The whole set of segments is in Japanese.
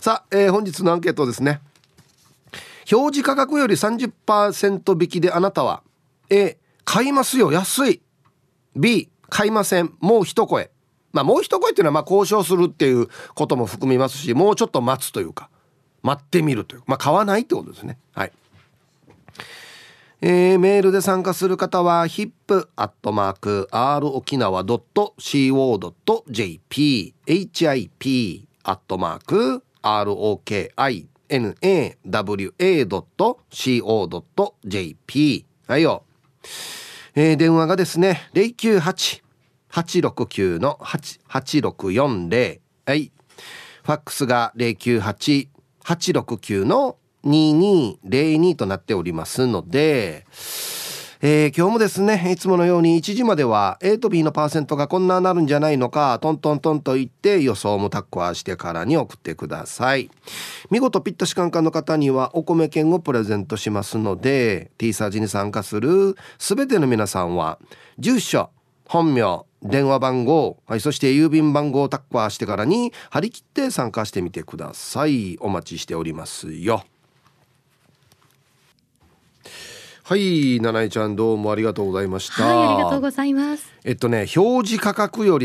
さあ、本日のアンケートですね。表示価格より 30% 引きであなたは A 買いますよ安い、 B 買いませんもう一声。もう一声っていうのは交渉するっていうことも含みますし、もうちょっと待つというか待ってみるという買わないってことですね。はい。メールで参加する方は hip@rokinawa.co.jp hip@rokinawa.co.jp はいよ。電話がですね 098-869-8840 はい。ファックスが 098-869-2202 となっておりますので、今日もですねいつものように1時までは A と B のパーセントがこんななるんじゃないのかトントントンと言って予想もタッコアしてからに送ってください。見事ピッタシカンカンの方にはお米券をプレゼントしますので T サージに参加するすべての皆さんは住所、本名、電話番号、はい、そして郵便番号をタッコアしてからに張り切って参加してみてください。お待ちしておりますよ。はい、七井ちゃんどうもありがとうございました。 はい、ありがとうございます。 表示価格より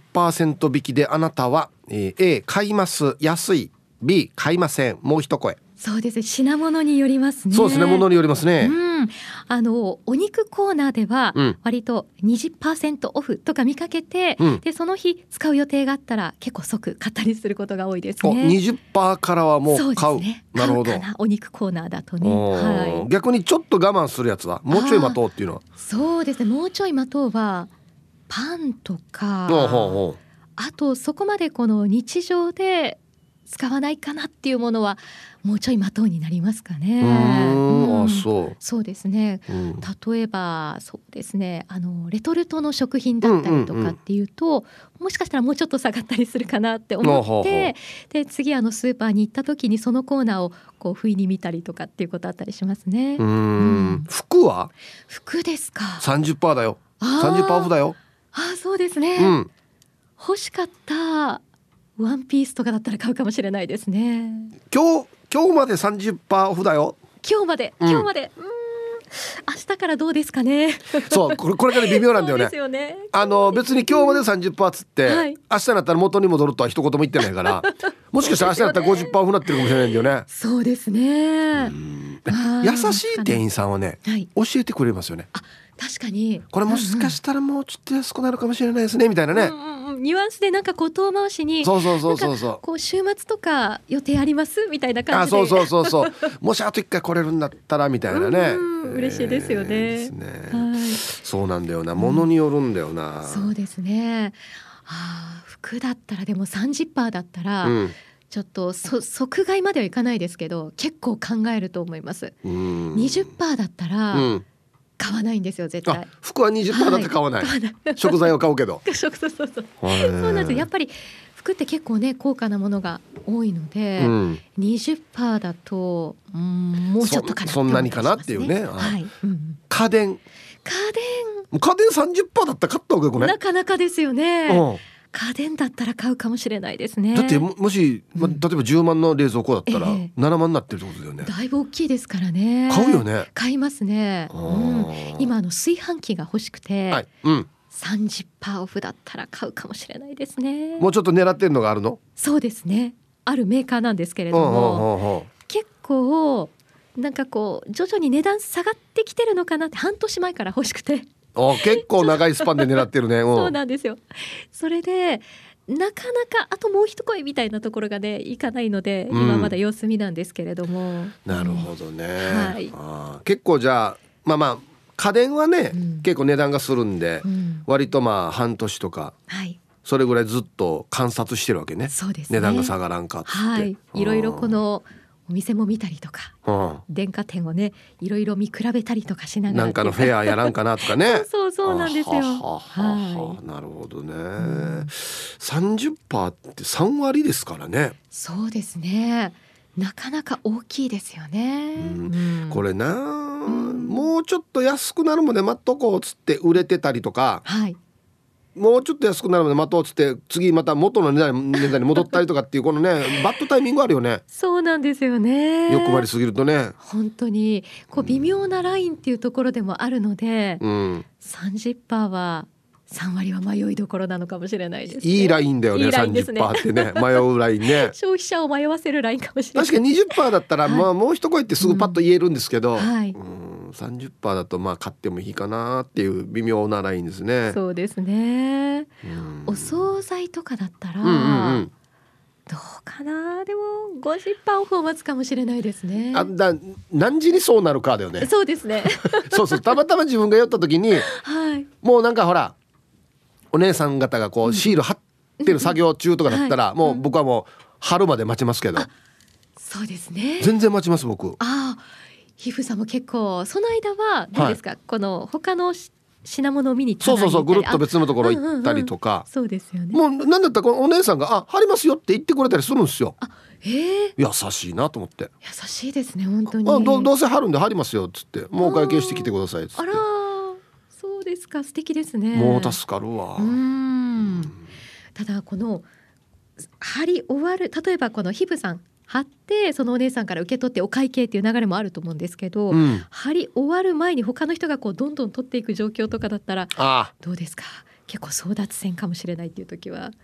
30% 引きであなたは、A 買います安い、 B 買いませんもう一声。 そうですね、品物によりますね。 そうですね、物によりますね。 お肉コーナーではうん割と 20% オフとか見かけて、でその日使う予定があったら結構即買ったりすることが多いですね。 20% からはもう買う。 そうですね、 なるほど。 買うかな、お肉コーナーだとね、はい、 逆にちょっと我慢するやつはもうちょい待とうっていうのは。 そうですね、もうちょい待とうはパンとか、あとそこまでこの日常で使わないかなっていうものはもうちょい待とうになりますかね。そうですね、例えばそうですね、レトルトの食品だったりとかっていうと、もしかしたらもうちょっと下がったりするかなって思って、で次スーパーに行った時にそのコーナーをこう不意に見たりとかっていうことあったりしますね。 服は服ですか。 30% だよ。30% オフだよ。 そうですね、欲しかったワンピースとかだったら買うかもしれないですね。 今日まで 30% オフだよ。 今日まで、明日からどうですかね。 そう、これから微妙なんだよね。 そうですよね。 別に今日まで 30% つって、明日になったら元に戻るとは一言も言ってないからもしかしたら明日になったら 50% オフになってるかもしれないんだよね。 そうですね。 優しい店員さんはね、教えてくれますよね。 確かにこれもしかしたらもうちょっと安くなるかもしれないですねみたいなね、 ニュアンスでなんかこう遠回しに、こう週末とか予定ありますみたいな感じで、 そうもしあと1回来れるんだったらみたいなね、 嬉しいですよね。 そうなんだよな、物によるんだよな。 そうですね。服だったらでも 30% だったら、ちょっと即買いまではいかないですけど結構考えると思います。20% だったら、買わないんですよ絶対。 服は 20% だって買わない、食材を買うけどそうなんです。やっぱり服って結構ね高価なものが多いので、20% だともうちょっとかなって思いますね。 そんなにかなっていうね。家電 30% だったら買った方がよくない？ なかなかですよね。家電だったら買うかもしれないですね。 だってもし、例えば10万の冷蔵庫だったら7万になってるってことだよね。 だいぶ大きいですからね。 買うよね。 買いますね。今炊飯器が欲しくて、30% オフだったら買うかもしれないですね。 もうちょっと狙ってるのがあるの？そうですね、あるメーカーなんですけれども、結構なんかこう徐々に値段下がってきてるのかなって、半年前から欲しくて結構長いスパンで狙ってるね。 そうなんですよ。それでなかなかあともう一声みたいなところがねいかないので、今まだ様子見なんですけれども。 なるほどね。結構じゃあ家電はね、結構値段がするんで、割と半年とか、それぐらいずっと観察してるわけね。 そうですね、 値段が下がらんかって、 いろいろこのお店も見たりとか、電化店をねいろいろ見比べたりとかしながら、 なんかのフェアやらんかなとかねそうなんですよ。 なるほどね。30% って3割ですからね。 そうですね、なかなか大きいですよね。 これもうちょっと安くなるまで待っとこうっつって売れてたりとか、 もうちょっと安くなるまで待とうっつって次また元の値段に戻ったりとかっていうこのねバッドタイミングあるよね。 そうなんですよね。 欲張りすぎるとね本当にこう微妙なラインっていうところでもあるので、30% は3割は迷いどころなのかもしれないですね。 いいラインだよね。 いいラインですね 30% ってね迷うラインね消費者を迷わせるラインかもしれない。 確かに 20% だったら、まあもう一声ってすぐパッと言えるんですけど、30% だとまあ買ってもいいかなっていう微妙なラインですね。 そうですね。お惣菜とかだったら、どうかな。でも 50% オフを待つかもしれないですね。 何時にそうなるかだよね。 そうですねそうたまたま自分が寄った時に、もうなんかほらお姉さん方がこうシール貼ってる作業中とかだったら、もう僕はもう春まで待ちますけど。 そうですね。 全然待ちます僕。 皮膚さんも結構その間はどうですか、この他の品物を見に行ったり、 そうぐるっと別のところ行ったりとか、 そうですよね。 もうなんだったらこのお姉さんが貼りますよって言ってくれたりするんですよ。優しいなと思って。 優しいですね本当に。 どうせ貼るんで貼りますよっつって、もうお会計してきてくださいっつって。 そうですか、素敵ですね。 もう助かるわ。 ただこの貼り終わる、例えばこの皮膚さん貼ってそのお姉さんから受け取ってお会計っていう流れもあると思うんですけど、貼り終わる前に他の人がこうどんどん取っていく状況とかだったらどうですか。結構争奪戦かもしれないっていう時は。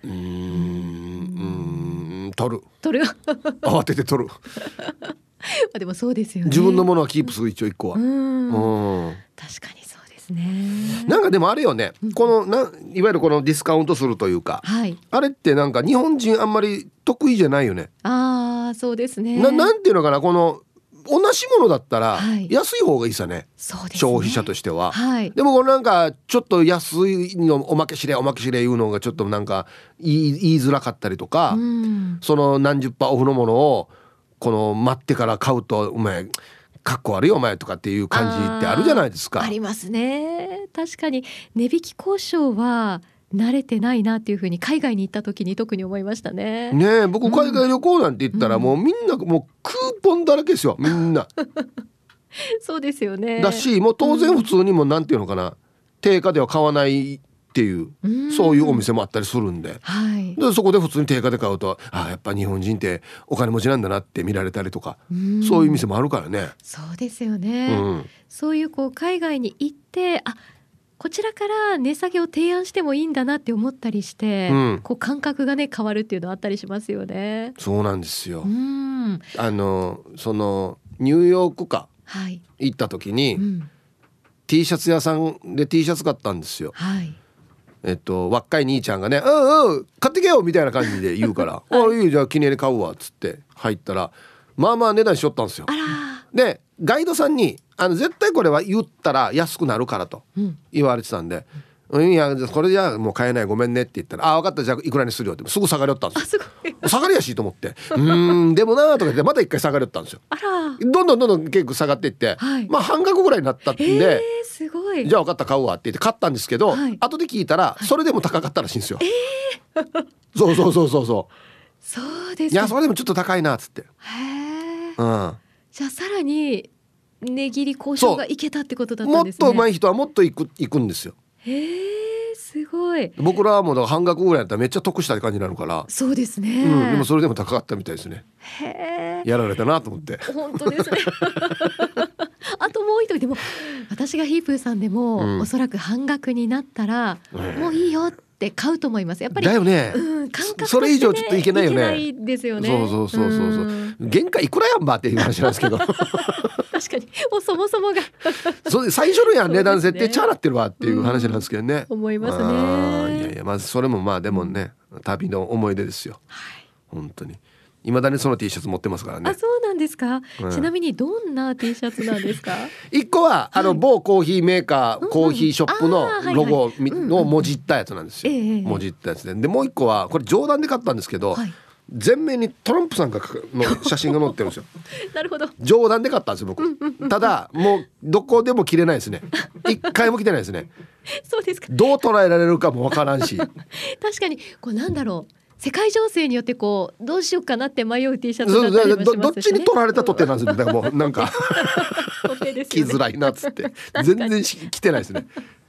取る慌てて取るでもそうですよね。 自分のものはキープする一応一個は。 確かにそうですね。 なんかでもあれよね、このいわゆるこのディスカウントするというか、あれってなんか日本人あんまり得意じゃないよね。 そうですね。 なんていうのかな、この同じものだったら安い方がいいさね、消費者としては。でもこれなんかちょっと安いのおまけしれいうのがちょっとなんか言いづらかったりとか、その何十%オフのものをこの待ってから買うとお前かっこ悪いお前とかっていう感じってあるじゃないですか。 ありますね。確かに値引き交渉は慣れてないなっていうふうに海外に行った時に特に思いましたね。 僕海外旅行なんて言ったらもうみんなもうクーポンだらけですよみんなそうですよね。 だしもう当然普通にもなんていうのかな、定価では買わないっていう、そういうお店もあったりするんで、でそこで普通に定価で買うとやっぱ日本人ってお金持ちなんだなって見られたりとか、そういう店もあるからね。 そうですよね。そういうこう海外に行ってこちらから値下げを提案してもいいんだなって思ったりして、こう感覚がね変わるっていうのあったりしますよね。 そうなんですよ。そのニューヨークか行った時に、T シャツ屋さんで T シャツ買ったんですよ。若い兄ちゃんがね買ってけよみたいな感じで言うからいいじゃあ記念に買うわっつって入ったらまあまあ値段しよったんですよ。でガイドさんに絶対これは言ったら安くなるからと言われてたんで、いやこれじゃもう買えないごめんねって言ったら分かったじゃあいくらにするよってすぐ下がりよったんですよ。下がりやしいと思ってでもなとか言ってまた一回下がりよったんですよ。どんどん結構下がっていって、まあ半額ぐらいになったんで、 すごい。 じゃあ分かった買うわって言って買ったんですけど、後で聞いたらそれでも高かったらしいんですよ。そうそうです。 いやそれでもちょっと高いなっつって。 じゃあさらに値切り交渉がいけたってことだったんですね。 もっと上手い人はもっと行くんですよ。 すごい。 僕らはもうだから半額ぐらいだったらめっちゃ得した感じになるから。 そうですね。 でもそれでも高かったみたいですね。やられたなと思って。 本当ですねあともう一人でも私がヒープーさんでも、おそらく半額になったら、もういいよって買うと思います。やっぱりだよね、 感覚としてね、 それ以上ちょっといけないよね。 いけないですよね。 そう原価いくらやんばっていう話なんですけど確かにもうそもそもがそう最初のやん値段設定チャラってるわっていう話なんですけどね、 思いますね。 いやまずそれもまあでもね、旅の思い出ですよ、本当に。未だにその T シャツ持ってますからね。 そうなんですか、ちなみにどんな T シャツなんですか？ 一個は某コーヒーメーカー、コーヒーショップのロゴをもじったやつなんですよ、もじったやつでもう一個はこれ冗談で買ったんですけど、全面にトランプさんの写真が載ってるんですよなるほど。 冗談で買ったんですよ僕、ただもうどこでも着れないですね。一回も着てないですねそうですか。 どう捉えられるかもわからんし確かにこうなんだろう、世界情勢によってこうどうしようかなって迷う T シャツだったりもしますしね。 どっちに取られたとってなんですよ。だからもうなんか着づらいなっつって全然着てないですね。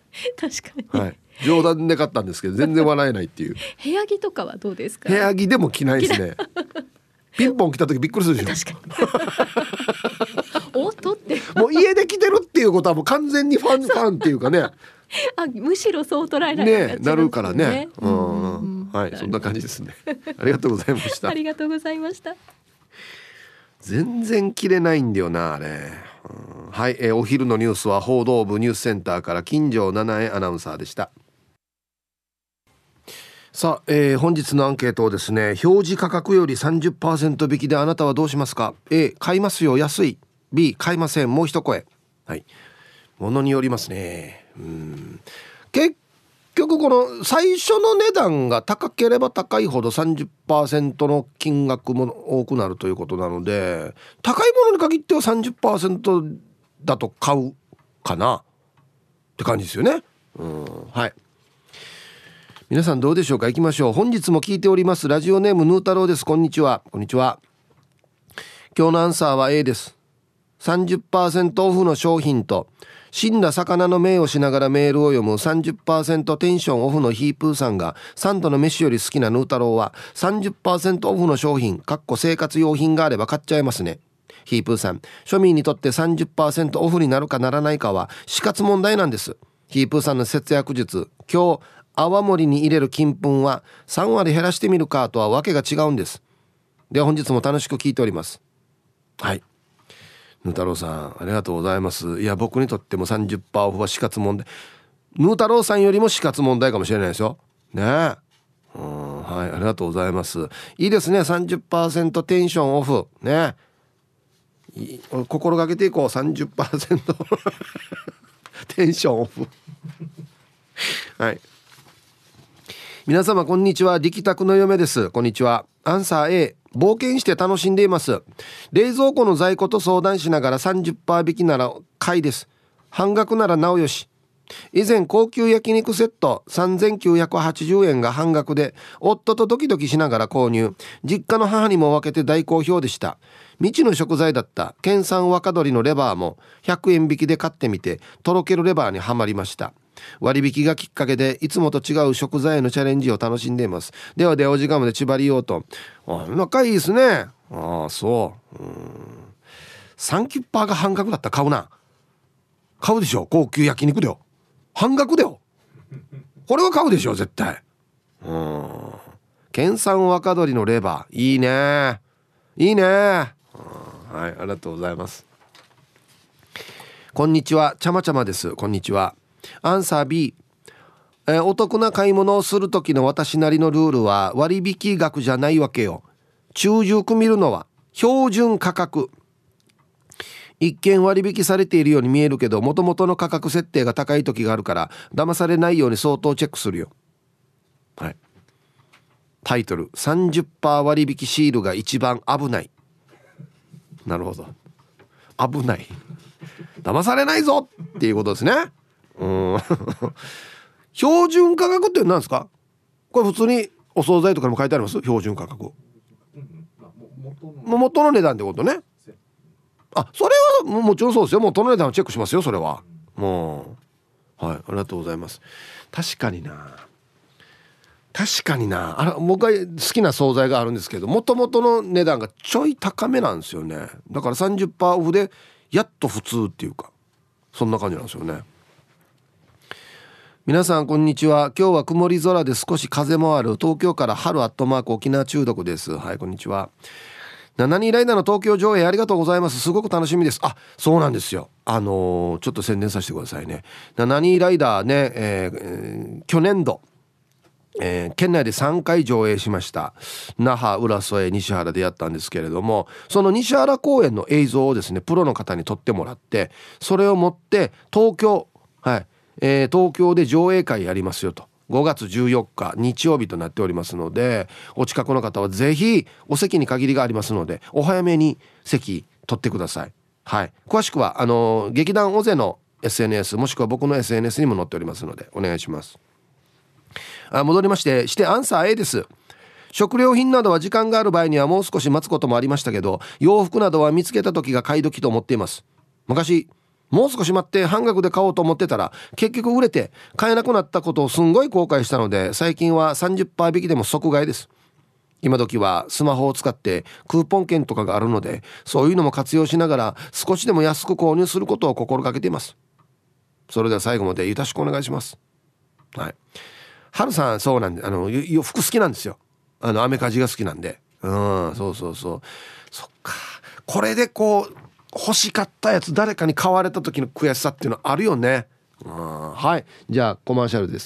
確かに、 はい、冗談で買ったんですけど全然笑えないっていう。 部屋着とかはどうですか？ 部屋着でも着ないですね。ピンポン来た時びっくりするでしょ。 確かにおっとってもう家で着てるっていうことはもう完全にファンっていうかねむしろそう捉えられる、 ねなるからね、はい、そんな感じですね。ありがとうございました。 ありがとうございました。 全然着れないんだよなあれ。はい、お昼のニュースは報道部ニュースセンターから金城七重アナウンサーでした。さあ、本日のアンケートをですね、表示価格より 30% 引きであなたはどうしますか？ A 買いますよ安い、 B 買いませんもう一声。はい、ものによりますね。結局この最初の値段が高ければ高いほど 30% の金額も多くなるということなので、高いものに限っては 30% だと買うかなって感じですよね。はい、皆さんどうでしょうか。行きましょう。本日も聞いておりますラジオネームヌー太郎です。こんにちは。こんにちは。今日のアンサーは A です。 30% オフの商品と死んだ魚の名をしながらメールを読む 30% テンションオフのヒープーさんが3度の飯より好きなヌー太郎は 30% オフの商品生活用品があれば買っちゃいますね。ヒープーさん、庶民にとって 30% オフになるかならないかは死活問題なんです。ヒープーさんの節約術、今日泡盛に入れる金粉は3割減らしてみるかとはわけが違うんです。では本日も楽しく聞いております。はい、ヌー太郎さんありがとうございます。いや僕にとっても 30% オフは死活問題、ヌー太郎さんよりも死活問題かもしれないですよね。はい、ありがとうございます。いいですね 30% テンションオフね、心がけていこう 30% テンションオフはい、皆様こんにちは。力宅の嫁です。こんにちは。アンサー A、 冒険して楽しんでいます。冷蔵庫の在庫と相談しながら 30% 引きなら買いです。半額ならなおよし。以前高級焼肉セット3980円が半額で夫とドキドキしながら購入。実家の母にも分けて大好評でした。未知の食材だった県産若鶏のレバーも100円引きで買ってみてとろけるレバーにはまりました。割引がきっかけでいつもと違う食材へのチャレンジを楽しんでいます。ではでお時間まで縛りようと。仲いいですね。そう、30% が半額だったら買うな。買うでしょ。高級焼肉だよ、半額だよ、これは買うでしょ絶対。県産若鶏のレバーいいねいいね。はい、ありがとうございます。こんにちは、ちゃまちゃまです。こんにちは。アンサー B、お得な買い物をする時の私なりのルールは割引額じゃないわけよ。中熟見るのは標準価格。一見割引されているように見えるけど元々の価格設定が高い時があるから騙されないように相当チェックするよ。はい、タイトル 30% 割引シールが一番危ない。なるほど、危ない、騙されないぞっていうことですね。標準価格って何ですか？これ普通にお惣菜とかにも書いてあります？標準価格、元の値段ってことね。それはもちろんそうですよ。元の値段をチェックしますよそれは。もうはい、ありがとうございます。確かにな僕が好きな惣菜があるんですけど元々の値段がちょい高めなんですよね。だから 30% オフでやっと普通っていうかそんな感じなんですよね。皆さんこんにちは。今日は曇り空で少し風もある東京から春沖縄中毒です。はい、こんにちは。72ライダーの東京上映ありがとうございます。すごく楽しみです。そうなんですよ。ちょっと宣伝させてくださいね。72ライダーね、去年度、県内で3回上映しました。那覇、浦添、西原でやったんですけれども、その西原公演の映像をですねプロの方に撮ってもらってそれを持って東京、東京で上映会やりますよと。5月14日日曜日となっておりますのでお近くの方はぜひお席に限りがありますのでお早めに席取ってください。はい、詳しくは劇団オゼの SNS もしくは僕の SNS にも載っておりますのでお願いします。戻りましてアンサー A です。食料品などは時間がある場合にはもう少し待つこともありましたけど洋服などは見つけた時が買い時と思っています。昔もう少し待って半額で買おうと思ってたら結局売れて買えなくなったことをすんごい後悔したので、最近は 30% 引きでも即買いです。今時はスマホを使ってクーポン券とかがあるので、そういうのも活用しながら少しでも安く購入することを心がけています。それでは最後までよろしくお願いします。はい。春さんそうなんで、服好きなんですよ。アメカジが好きなんで。そうそうそう。そっか。これでこう欲しかったやつ誰かに買われた時の悔しさっていうのあるよね。はい。じゃあコマーシャルです。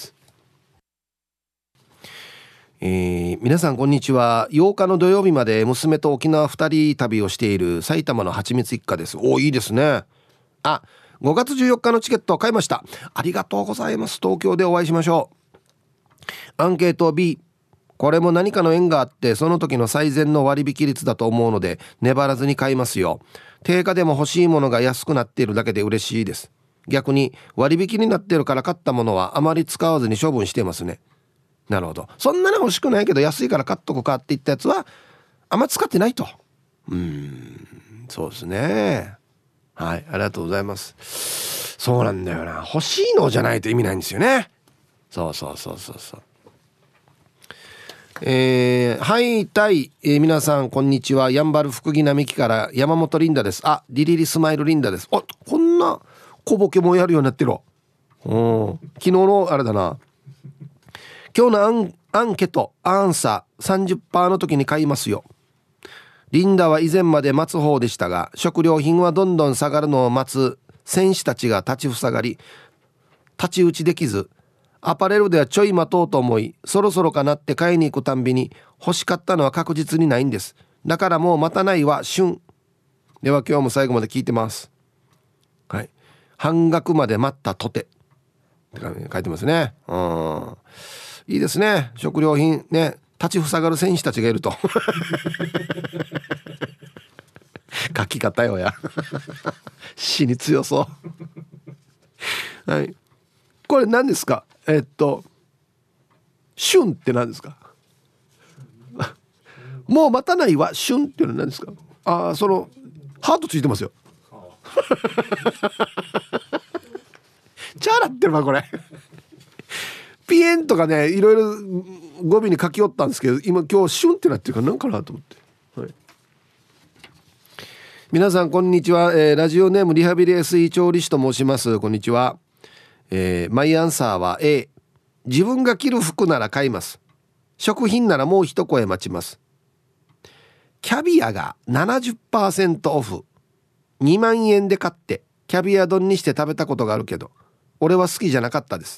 皆さんこんにちは。8日の土曜日まで娘と沖縄2人旅をしている埼玉のはちみつ一家です。いいですね。5月14日のチケットを買いました。ありがとうございます。東京でお会いしましょう。アンケート B、 これも何かの縁があってその時の最善の割引率だと思うので粘らずに買いますよ。定価でも欲しいものが安くなっているだけで嬉しいです。逆に割引になっているから買ったものはあまり使わずに処分していますね。なるほど。そんなに欲しくないけど安いから買っとくかって言ったやつはあんま使ってないと。そうですね。はい、ありがとうございます。そうなんだよな。欲しいのじゃないと意味ないんですよね。そう。はい、皆さんこんにちは。やんばる福木並木から山本リンダです。リリリスマイルリンダです。こんな小ボケもやるようになってる。昨日のあれだな。今日のアンケートアンサー 30% の時に買いますよ。リンダは以前まで待つ方でしたが、食料品はどんどん下がるのを待つ戦士たちが立ちふさがり、太刀打ちできず、アパレルではちょい待とうと思い、そろそろかなって買いに行くたんびに欲しかったのは確実にないんです。だからもう待たないは旬。では今日も最後まで聞いてます。はい。半額まで待ったとてって書いてますね。いいですね。食料品ね、立ちふさがる戦士たちがいると書き方よや死に強そうはい。これ何ですか？旬って何ですか？もう待たないは旬っていうのは何ですか？そのハートついてますよチャラってるわこれピエンとかね、いろいろ語尾に書き寄ったんですけど、今日旬ってなってるから何かなと思って、はい。皆さんこんにちは、ラジオネームリハビリ SE 調理師と申します。こんにちは。マイアンサーは A、 自分が着る服なら買います。食品ならもう一声待ちます。キャビアが 70% オフ、2万円で買ってキャビア丼にして食べたことがあるけど俺は好きじゃなかったです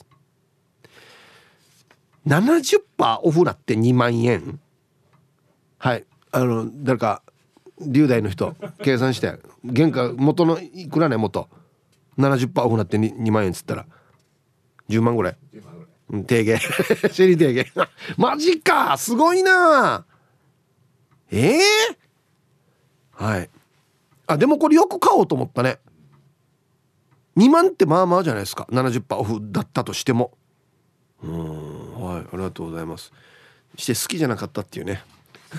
。70% オフだって2万円。はい、誰か10代の人計算して原価元のいくらね、元 70% オフなって 2万円っつったら10万ぐらい。低減シリ低減マジか、すごいな。はい。でもこれよく買おうと思ったね。2万ってまあまあじゃないですか。 70% オフだったとしても。はい、ありがとうございます。して好きじゃなかったっていうね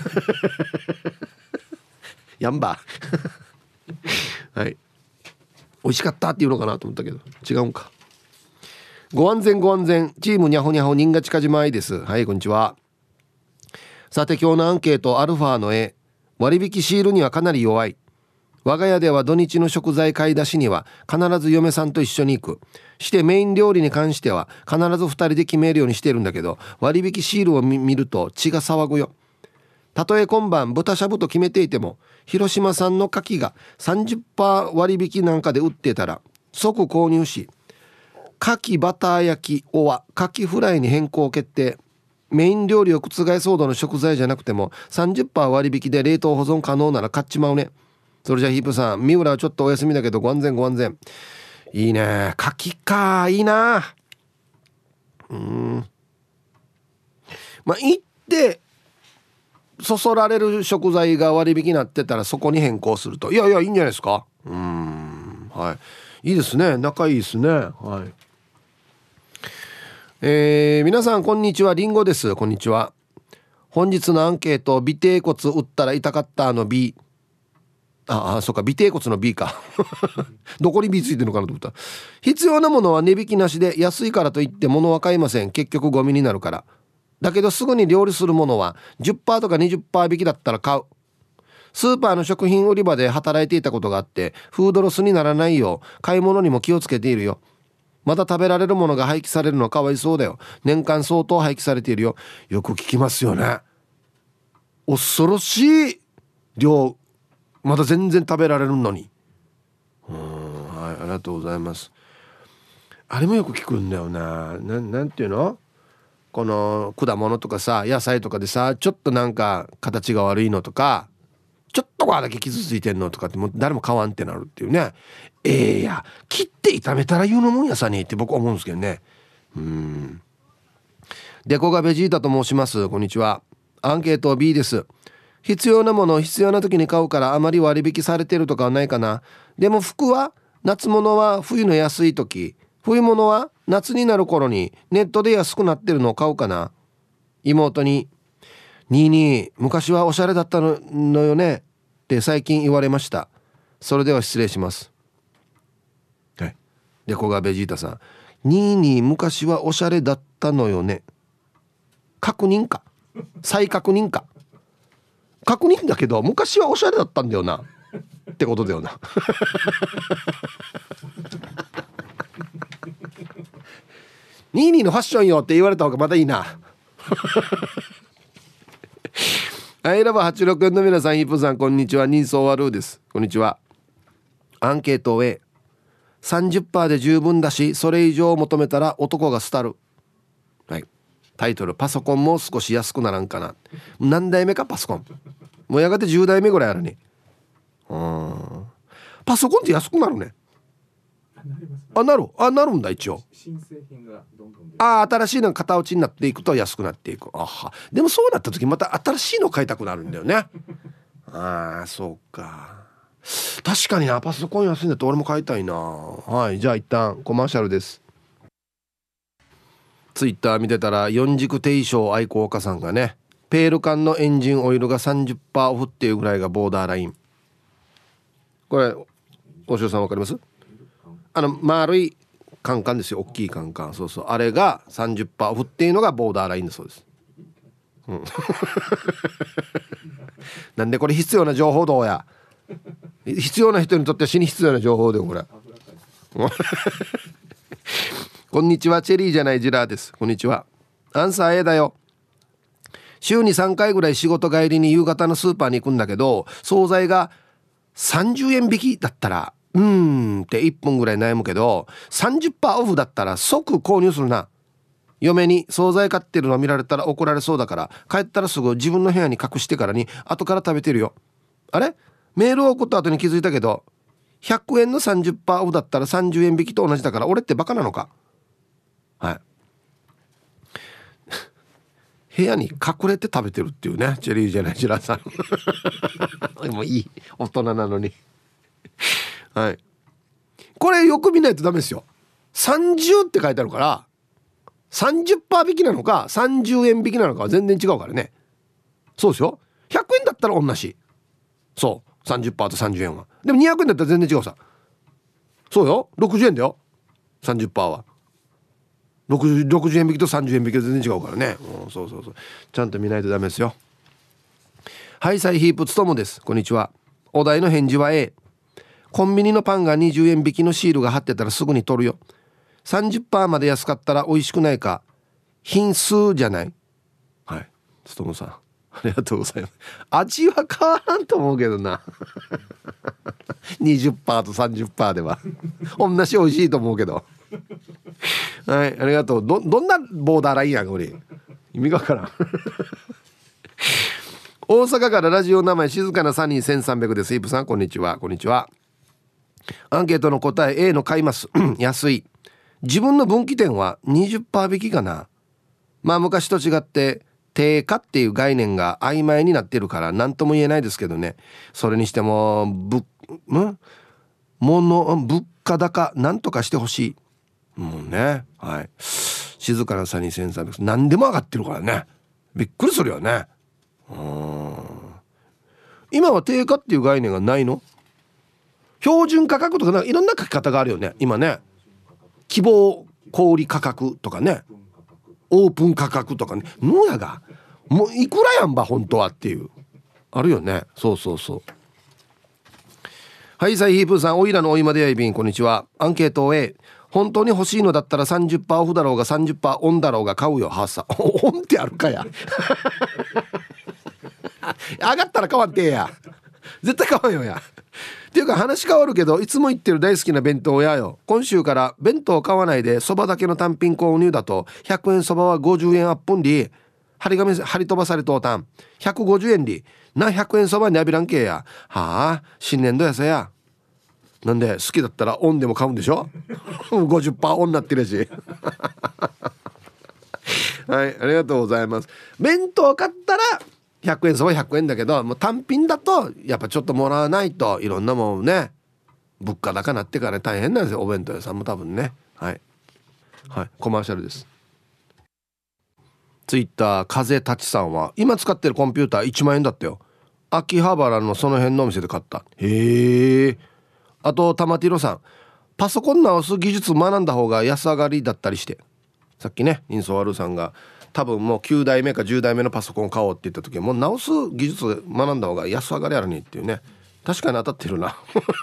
やんばはい、美味しかったっていうのかなと思ったけど違うんか。ご安全チームにゃほにゃほ人が近島愛です。はい、こんにちは。さて今日のアンケートアルファの A、 割引シールにはかなり弱い。我が家では土日の食材買い出しには必ず嫁さんと一緒に行く。してメイン料理に関しては必ず2人で決めるようにしてるんだけど、割引シールを見ると血が騒ぐよ。たとえ今晩豚しゃぶと決めていても広島産の牡蠣が 30% 割引なんかで売ってたら即購入し、牡蠣バター焼きは牡蠣フライに変更決定。メイン料理を覆そうどの食材じゃなくても 30% 割引で冷凍保存可能なら買っちまうね。それじゃヒープさん、三浦はちょっとお休みだけどご安全。いいね、牡蠣か、いいな。まあ行ってそそられる食材が割引になってたらそこに変更するといいんじゃないですか。はい、いいですね、仲いいですね。はい。皆さんこんにちは、リンゴです。こんにちは。本日のアンケート、尾てい骨打ったら痛かったの B、 そっか、尾てい骨の B かどこに B ついてるのかなと思った。必要なものは値引きなしで、安いからといって物は買いません。結局ゴミになるから。だけどすぐに料理するものは 10% とか 20% 引きだったら買う。スーパーの食品売り場で働いていたことがあって、フードロスにならないよう買い物にも気をつけているよ。まだ食べられるものが廃棄されるのはかわいそうだよ。年間相当廃棄されているよ。よく聞きますよね。恐ろしい量、まだ全然食べられるのに。はい、ありがとうございます。あれもよく聞くんだよな。なんていうの、この果物とかさ、野菜とかでさ、ちょっとなんか形が悪いのとか、ちょっとこれだけ傷ついてんのとかって、もう誰も買わんってなるっていうね。いや切って炒めたら言うのもんやさねって僕は思うんですけどね。デコがベジータと申します。こんにちは。アンケート B です。必要なものを必要な時に買うから、あまり割引されてるとかはないかな。でも服は、夏物は冬の安い時、冬物は夏になる頃にネットで安くなってるのを買うかな。妹に22昔はおしゃれだったのよねって最近言われました。それでは失礼します。はい。でこがベジータさん、22昔はおしゃれだったのよね。確認か再確認か、確認だけど昔はおしゃれだったんだよなってことだよな22のファッションよって言われた方がまたいいなアイラバ86の皆さん、ヒップさんこんにちは。人相悪です。こんにちは。アンケートを A30% で十分だし、それ以上求めたら男が廃る。はい。タイトル、パソコンも少し安くならんかな。何代目かパソコン、もうやがて10代目ぐらいあるね。パソコンって安くなるね。なるんだ一応。新製品がどんどん新しいのが型落ちになっていくと安くなっていく。でもそうなった時また新しいの買いたくなるんだよねそうか、確かにな、パソコン安いんだって俺も買いたいな。はい、じゃあ一旦コマーシャルです。ツイッター見てたら、四軸低床愛好家さんがね、ペール缶のエンジンオイルが 30% オフっていうぐらいがボーダーライン。これお塩さんわかります？丸いカンカンですよ、大きいカンカン。そうそう、あれが 30% オフっていうのがボーダーラインだそうです、なんでこれ必要な情報どうや必要な人にとっては死に必要な情報でこれこんにちは、チェリーじゃないジラーです。こんにちは。アンサー A だよ。週に3回ぐらい仕事帰りに夕方のスーパーに行くんだけど、惣菜が30円引きだったらって1分ぐらい悩むけど、 30% オフだったら即購入するな。嫁に惣菜買ってるの見られたら怒られそうだから、帰ったらすぐ自分の部屋に隠してからに後から食べてるよ。あれ、メールを送った後に気づいたけど、100円の 30% オフだったら30円引きと同じだから、俺ってバカなのか。はい部屋に隠れて食べてるっていうね、チェリーじゃないジラさんもういい大人なのにはい、これよく見ないとダメですよ。30って書いてあるから 30% 引きなのか30円引きなのかは全然違うからね。そうですよ。100円だったら同じ、そう 30% と30円は。でも200円だったら全然違うさ。そうよ、60円だよ 30% は。60円引きと30円引きは全然違うからね。そうちゃんと見ないとダメですよ。ハイサイヒープつともです。こんにちは。お題の返事は A。 コンビニのパンが20円引きのシールが貼ってたらすぐに取るよ。 30% まで安かったら美味しくないか、品数じゃない。はい、つともさんありがとうございます。味は変わらんと思うけどな20% と 30% では同じ美味しいと思うけどはい、ありがとう。どんなボーダーラインやんこれ、意味がわからん大阪からラジオ名前静かなサニー1300です。イープさんこんにちは。こんにちは。アンケートの答え A の買います安い。自分の分岐点は 20% 引きかな。まあ昔と違って定価っていう概念が曖昧になってるから何とも言えないですけどね。それにしても物価高なんとかしてほしいもうね。はい、静かなサニー1300何でも上がってるからね、びっくりするよね。今は定価っていう概念がないの？ 標準価格とかなんかいろんな書き方があるよね今ね。希望小売価格とかね、オープン価格とかね、のやがもういくらやんば本当はっていうあるよね。そうそうそう。はい、サイヒープーさん、おいらのおいまでやいびん、こんにちは。アンケート A、本当に欲しいのだったら 30% オフだろうが 30% オンだろうが買うよ。はっさオンってあるかや上がったら買わんてや、絶対買わんよやっていうか話変わるけど、いつも言ってる大好きな弁当屋よ。今週から弁当買わないでそばだけの単品購入だと100円そばは50円アップんり、張り紙張り飛ばされとうたん150円りな、100円そばにあびらんけや。はあ、新年度やさや。なんで好きだったらオンでも買うんでしょ50% オンになってるしはい、ありがとうございます。弁当買ったら100円そば100円だけど、もう単品だとやっぱちょっともらわないと、いろんなもんね、物価高なってからね、大変なんですよ、お弁当屋さんも多分ね。はい、はい、コマーシャルです。ツイッター風たちさんは、今使ってるコンピューター1万円だったよ。秋葉原のその辺のお店で買った。へえ。あと玉ティロさん、パソコン直す技術学んだ方が安上がりだったりして、さっきねインソワルさんが多分もう9代目か10代目のパソコンを買おうって言った時は、もう直す技術学んだ方が安上がりあるにっていうね。確かに当たってるな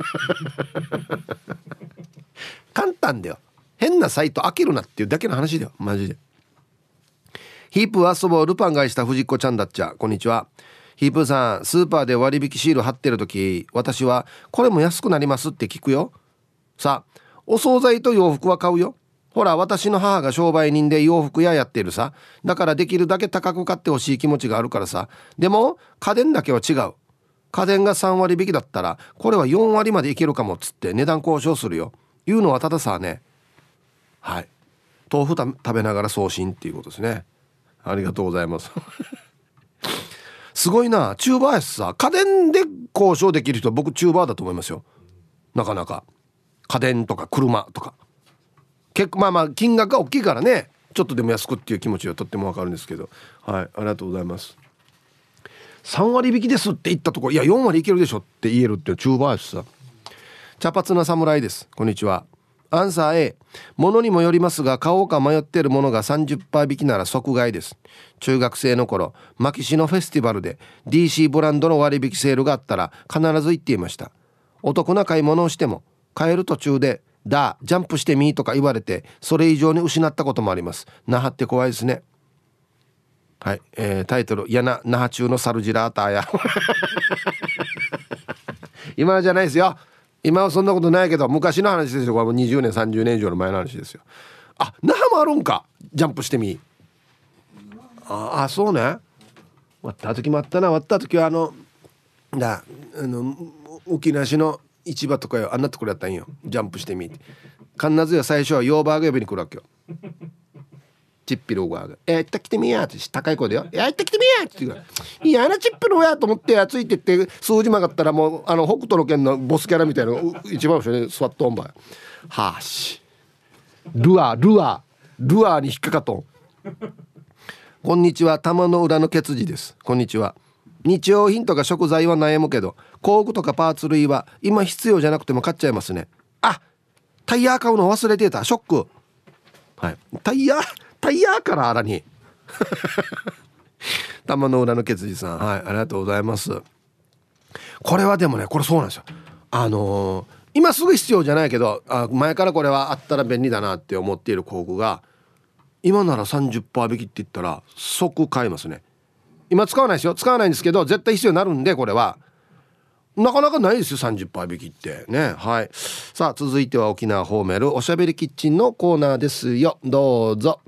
簡単だよ、変なサイト開けるなっていうだけの話だよマジで。ヒープ遊ぼうルパン買いした藤子ちゃんだっちゃ、こんにちは。ヒープさん、スーパーで割引シール貼ってる時、私はこれも安くなりますって聞くよ。さあ、お惣菜と洋服は買うよ。ほら、私の母が商売人で洋服屋やってるさ。だからできるだけ高く買ってほしい気持ちがあるからさ。でも家電だけは違う。家電が3割引きだったらこれは4割までいけるかもっつって値段交渉するよ。言うのはたださね。はい、豆腐食べながら送信っていうことですね。ありがとうございますすごいな、チューバーやしさ、家電で交渉できる人は僕チューバーだと思いますよ。なかなか家電とか車とか結構まあ金額が大きいからね、ちょっとでも安くっていう気持ちはとってもわかるんですけど、はい、ありがとうございます。3割引きですって言ったところ、いや4割いけるでしょって言えるっていうチューバーやしさ。茶髪な侍です、こんにちは。アンサー A、 物にもよりますが買おうか迷っているものが 30% 引きなら即買いです。中学生の頃、牧師のフェスティバルで DC ブランドの割引セールがあったら必ず行っていました。お得な買い物をしても買える途中でジャンプしてみーとか言われて、それ以上に失ったこともあります。那覇って怖いですね。はい、タイトル、やな那覇中のサルジラーターや今じゃないですよ、今はそんなことないけど昔の話ですよ。これも20年30年以上の前の話ですよ。あ、那覇もあるんか、ジャンプしてみ。あ、そうね。割った時もあったな。割った時は沖縄市の市場とかよ、あんなところやったんよ、ジャンプしてみ。必ずよ最初はヨーバーが呼びに来るわけよ。チッピルが行ってきてみやって高い声でよ、行ってきてみやって言うから、いやなチッピルやと思ってついてって数字曲がったらもう北斗の拳のボスキャラみたいなの一番後ろに座っとんばい。はーしルアーに引っかかっとん。こんにちは、玉の裏のケツジです。こんにちは。日用品とか食材は悩むけど工具とかパーツ類は今必要じゃなくても買っちゃいますね。あ、タイヤ買うの忘れてた、ショック。はい、タイヤからあらに玉の裏のケツジさん、はい、ありがとうございます。これはでもね、これそうなんですよ。今すぐ必要じゃないけど前からこれはあったら便利だなって思っている工具が今なら 30% 引きって言ったら即買いますね。今使わないですよ、使わないんですけど絶対必要になるんで、これはなかなかないですよ 30% 引きってね。はい、さあ続いては沖縄ホーメルおしゃべりキッチンのコーナーですよ、どうぞ。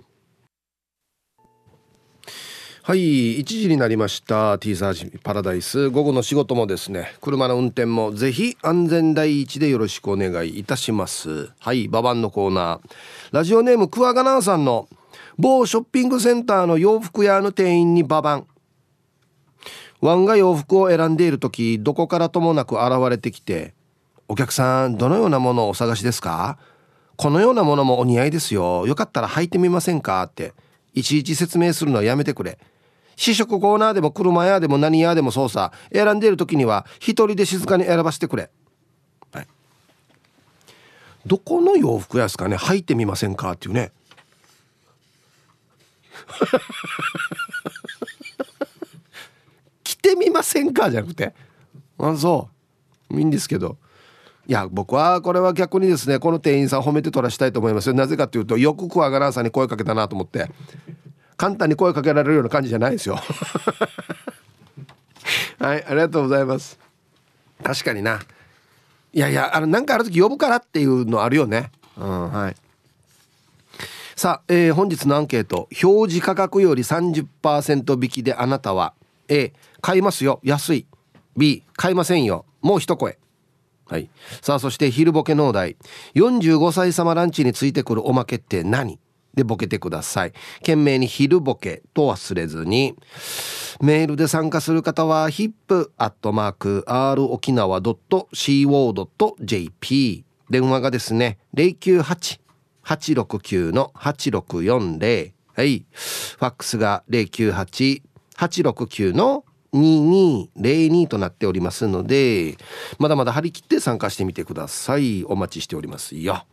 はい、1時になりました。 T サージパラダイス、午後の仕事もですね、車の運転もぜひ安全第一でよろしくお願いいたします。はい、ババンのコーナー。ラジオネームクワガナーさんの、某ショッピングセンターの洋服屋の店員にババン。ワンが洋服を選んでいる時、どこからともなく現れてきて、お客さんどのようなものをお探しですか、このようなものもお似合いですよ、よかったら履いてみませんかっていちいち説明するのはやめてくれ。試食コーナーでも車屋でも何屋でもそうさ、選んでいる時には一人で静かに選ばせてくれ。はい、 どこの洋服屋ですかね、履いてみませんかっていうね着てみませんかじゃなくて、あ、そういいんですけど、いや僕はこれは逆にですね、この店員さん褒めて取らしたいと思いますよ。なぜかというと、よくクワガランさんに声かけたなと思って、簡単に声かけられるような感じじゃないですよはい、ありがとうございます。確かにな、いやいや、なんかある時呼ぶからっていうのあるよね。はい。さあ、本日のアンケート、表示価格より 30% 引きであなたは A 買いますよ安い、 B 買いませんよもう一声。はい。さあ、そして昼ボケ農大、45歳様ランチについてくるおまけって何でボケてください。懸命に昼ボケと忘れずに。メールで参加する方は hip@rokinawa.co.jp、 電話がですね 098-869-8640、 はい。ファックスが 098-869-2202 となっておりますので、まだまだ張り切って参加してみてください。お待ちしておりますよ。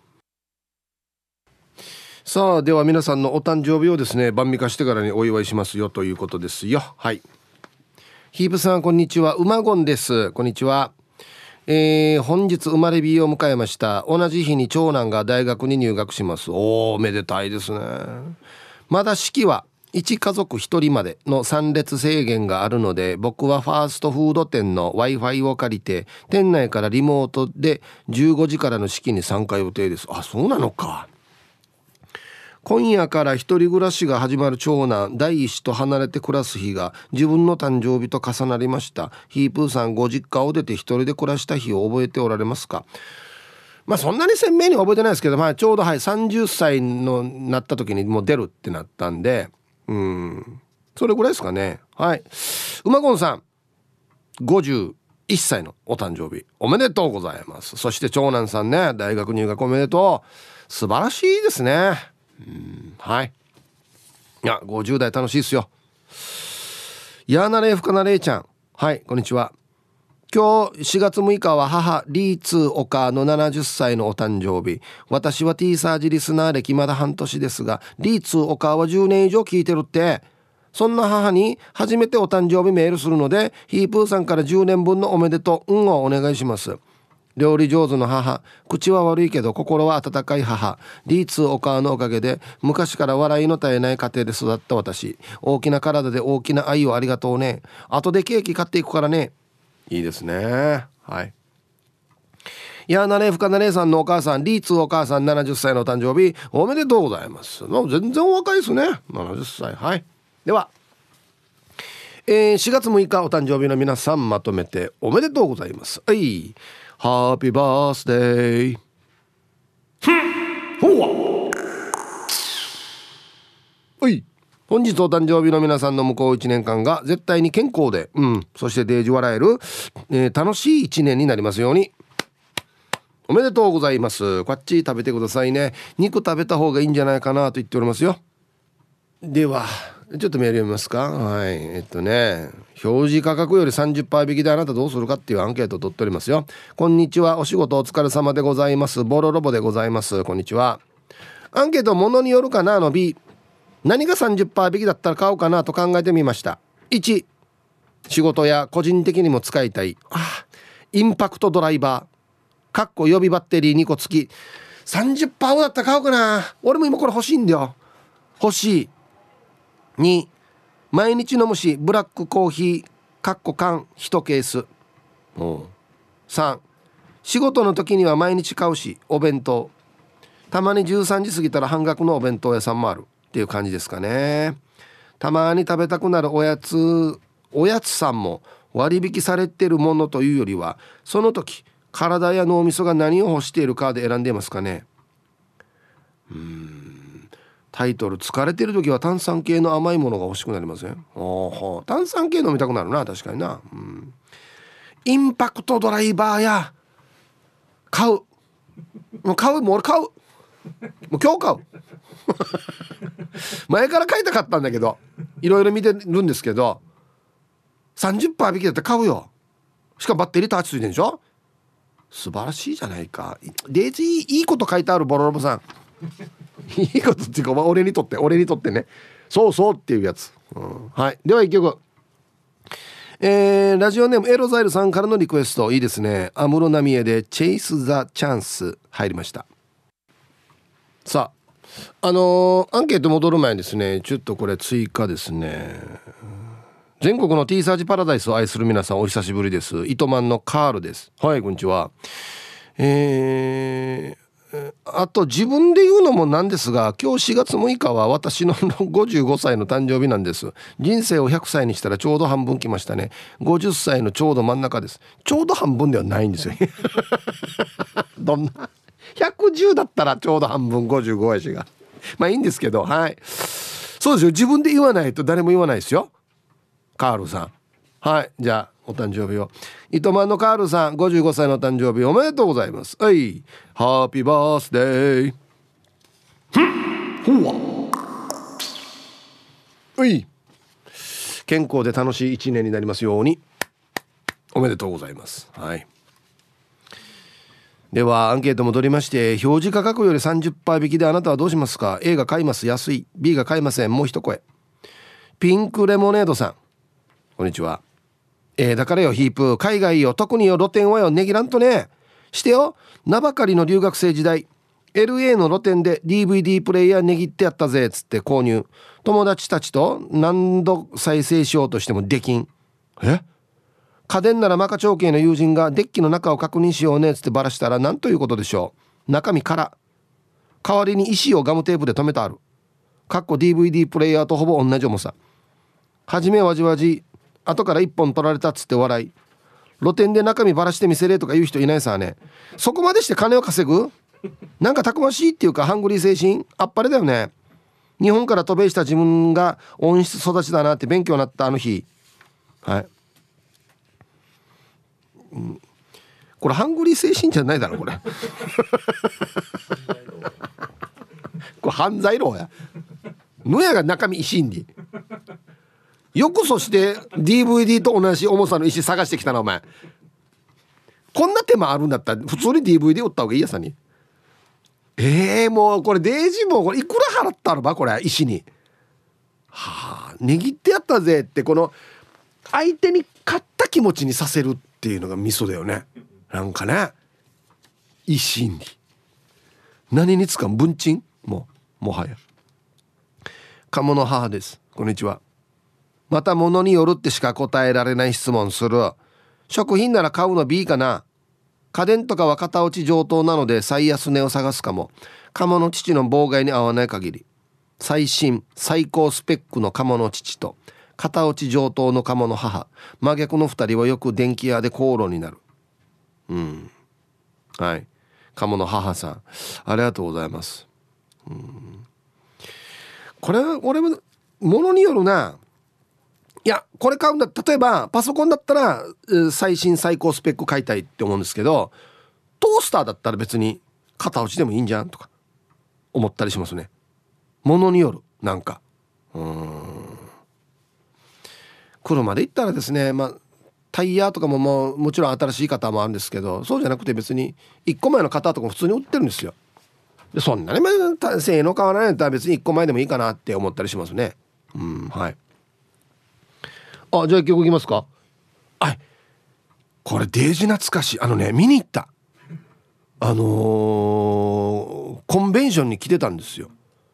さあ、では皆さんのお誕生日をですね、晩御飯してからにお祝いしますよということですよ。はい。ヒープさん、こんにちは。うまごんです。こんにちは。本日生まれ日を迎えました。同じ日に長男が大学に入学します。おめでたいですね。まだ式は1家族1人までの3列制限があるので、僕はファーストフード店の Wi-Fi を借りて店内からリモートで15時からの式に参加予定です。あ、そうなのか。今夜から一人暮らしが始まる長男第一子と離れて暮らす日が自分の誕生日と重なりました。ヒープーさん、ご実家を出て一人で暮らした日を覚えておられますか？まあそんなに鮮明には覚えてないですけど、まあちょうど30歳のなった時にもう出るってなったんで、それぐらいですかね。はい。馬ゴンさん、51歳のお誕生日おめでとうございます。そして長男さんね、大学入学おめでとう。素晴らしいですね。はい。いや、50代楽しいですよ。やーなれふかなれいちゃん、はい、こんにちは。今日4月6日は母リーツーオカの70歳のお誕生日。私は T サージリスナー歴まだ半年ですが、リーツーオカは10年以上聞いてるって。そんな母に初めてお誕生日メールするので、ヒープーさんから10年分のおめでとうをお願いします。料理上手の母、口は悪いけど心は温かい母、リーツお母のおかげで昔から笑いの絶えない家庭で育った私。大きな体で大きな愛をありがとうね。後でケーキ買っていくからね。いいですね。はい。いや、なれふかなれさんのお母さん、リーツお母さん70歳のお誕生日おめでとうございます。全然お若いですね、70歳。はい。では、4月6日お誕生日の皆さん、まとめておめでとうございます。はい、ハッピーバースデー。ほわ。はい。本日お誕生日の皆さんの向こう1年間が絶対に健康で、そしてデージ笑える、楽しい1年になりますように。おめでとうございます。こっち食べてくださいね。肉食べた方がいいんじゃないかなと言っておりますよ。ではちょっとメール読みますか。はい。表示価格より 30% 引きであなたどうするかっていうアンケートを取っておりますよ。こんにちは、お仕事お疲れ様でございます。ボロロボでございます。こんにちは。アンケートものによるかなの B、 何が 30% 引きだったら買おうかなと考えてみました。1、仕事や個人的にも使いたいインパクトドライバーかっこ予備バッテリー2個付き 30% だったら買おうかな。俺も今これ欲しいんだよ。欲しい。2、毎日飲むしブラックコーヒーかっこ缶1ケース。3、仕事の時には毎日買うしお弁当、たまに13時過ぎたら半額のお弁当屋さんもあるっていう感じですかね。たまに食べたくなるおやつさんも割引されてるものというよりは、その時体や脳みそが何を欲しているかで選んでいますかね。タイトル、疲れてる時は炭酸系の甘いものが欲しくなりません？炭酸系飲みたくなるな、確かにな。インパクトドライバーや買う。もう俺買う。もう今日買う。前から買いたかったんだけど、いろいろ見てるんですけど、30% 引きだって買うよ。しかもバッテリータッチついてるでしょ。 素晴らしいじゃないか。デイジーいいこと書いてあるボロロボさんいいことっていうか、まあ、俺にとってね、そうそうっていうやつ、はい。では一曲、ラジオネームエロザイルさんからのリクエスト、いいですね。安室奈美恵でチェイス・ザ・チャンス入りました。さあ、アンケート戻る前にですね、ちょっとこれ追加ですね。全国の T サージパラダイスを愛する皆さん、お久しぶりです。糸満のカールです。はい、こんにちは。あと自分で言うのもなんですが、今日4月6日は私の55歳の誕生日なんです。人生を100歳にしたらちょうど半分きましたね。50歳のちょうど真ん中です。ちょうど半分ではないんですよどんな110だったらちょうど半分55やしがまあいいんですけど、はい、そうですよ。自分で言わないと誰も言わないですよ、カールさん。はい、じゃあお誕生日を、糸満のカールさん、55歳の誕生日おめでとうございます。はい、ハッピーバースデー。ほわ、はい、健康で楽しい一年になりますように。おめでとうございます。はい。ではアンケート戻りまして、表示価格より 30% 引きであなたはどうしますか？ A が買います、安い。 B が買いません、もう一声。ピンクレモネードさん、こんにちは。だからよヒープ、海外よ、特によ露店はよ、ねぎらんとね。してよ、名ばかりの留学生時代 LA の露店で DVD プレイヤーねぎってやったぜつって購入。友達たちと何度再生しようとしてもできん。家電ならマカ長兄の友人がデッキの中を確認しようねつってバラしたら何ということでしょう。中身から代わりに石をガムテープで留めてある。かっこ DVD プレイヤーとほぼ同じ重さ。はじめわじわじ、後から1本取られたっつって笑い。露店で中身バラして見せれとか言う人いないさね。そこまでして金を稼ぐ、なんかたくましいっていうかハングリー精神あっぱれだよね。日本から渡米した自分が温室育ちだなって勉強になったあの日。はい、これハングリー精神じゃないだろこれこれ犯罪ろや。のやが中身石んでよく、そして DVD と同じ重さの石探してきたなお前。こんな手間あるんだったら普通に DVD 売った方がいいやさに。もうこれデイジもこれいくら払ったのばこれ石に。はあ、値切ってやったぜってこの相手に勝った気持ちにさせるっていうのがミソだよね。なんかね、石に何に使う文鎮もはや。鴨の母です。こんにちは。また物によるってしか答えられない質問する。食品なら買うの B かな。家電とかは型落ち上等なので最安値を探すかも。鴨の父の妨害に合わない限り、最新最高スペックの鴨の父と型落ち上等の鴨の母、真逆の2人はよく電気屋で口論になる。はい、鴨の母さんありがとうございます。これ俺も物によるな。いやこれ買うんだ、例えばパソコンだったら最新最高スペック買いたいって思うんですけど、トースターだったら別に型落ちでもいいんじゃんとか思ったりしますね。物による。なんか車で行ったらですね、タイヤとかももちろん新しい型もあるんですけど、そうじゃなくて別に1個前の型とかも普通に売ってるんですよ。でそんなに性能変わらないんだったら別に1個前でもいいかなって思ったりしますね。はい。じゃあ一曲いきますか。はい、これデージ懐かしい。見に行ったコンベンションに来てたんですよ。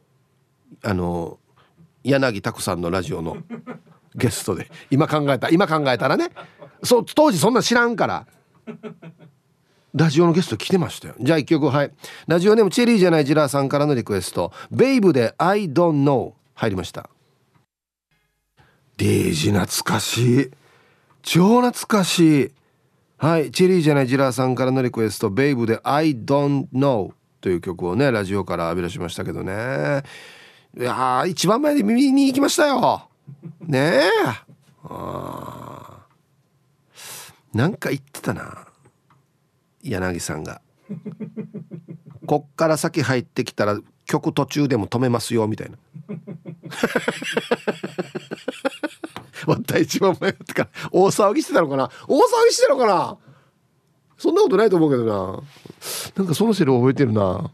柳拓さんのラジオのゲストで。今考えたらね、そう当時そんな知らんからラジオのゲスト来てましたよ。じゃあ一曲、はい、ラジオネームチェリーじゃないジラーさんからのリクエスト、ベイブで I don't know 入りました。デージ懐かしい、超懐かしい。はい、チェリーじゃないジラーさんからのリクエスト、ベイブで I don't know という曲をねラジオから浴び出しましたけどね。いや一番前で耳に行きましたよねえ。なんか言ってたな、柳さんがこっから先入ってきたら曲途中でも止めますよみたいなまた一番前ってから大騒ぎしてたのかな。 そんなことないと思うけどな。なんかそのセリフ覚えてるな。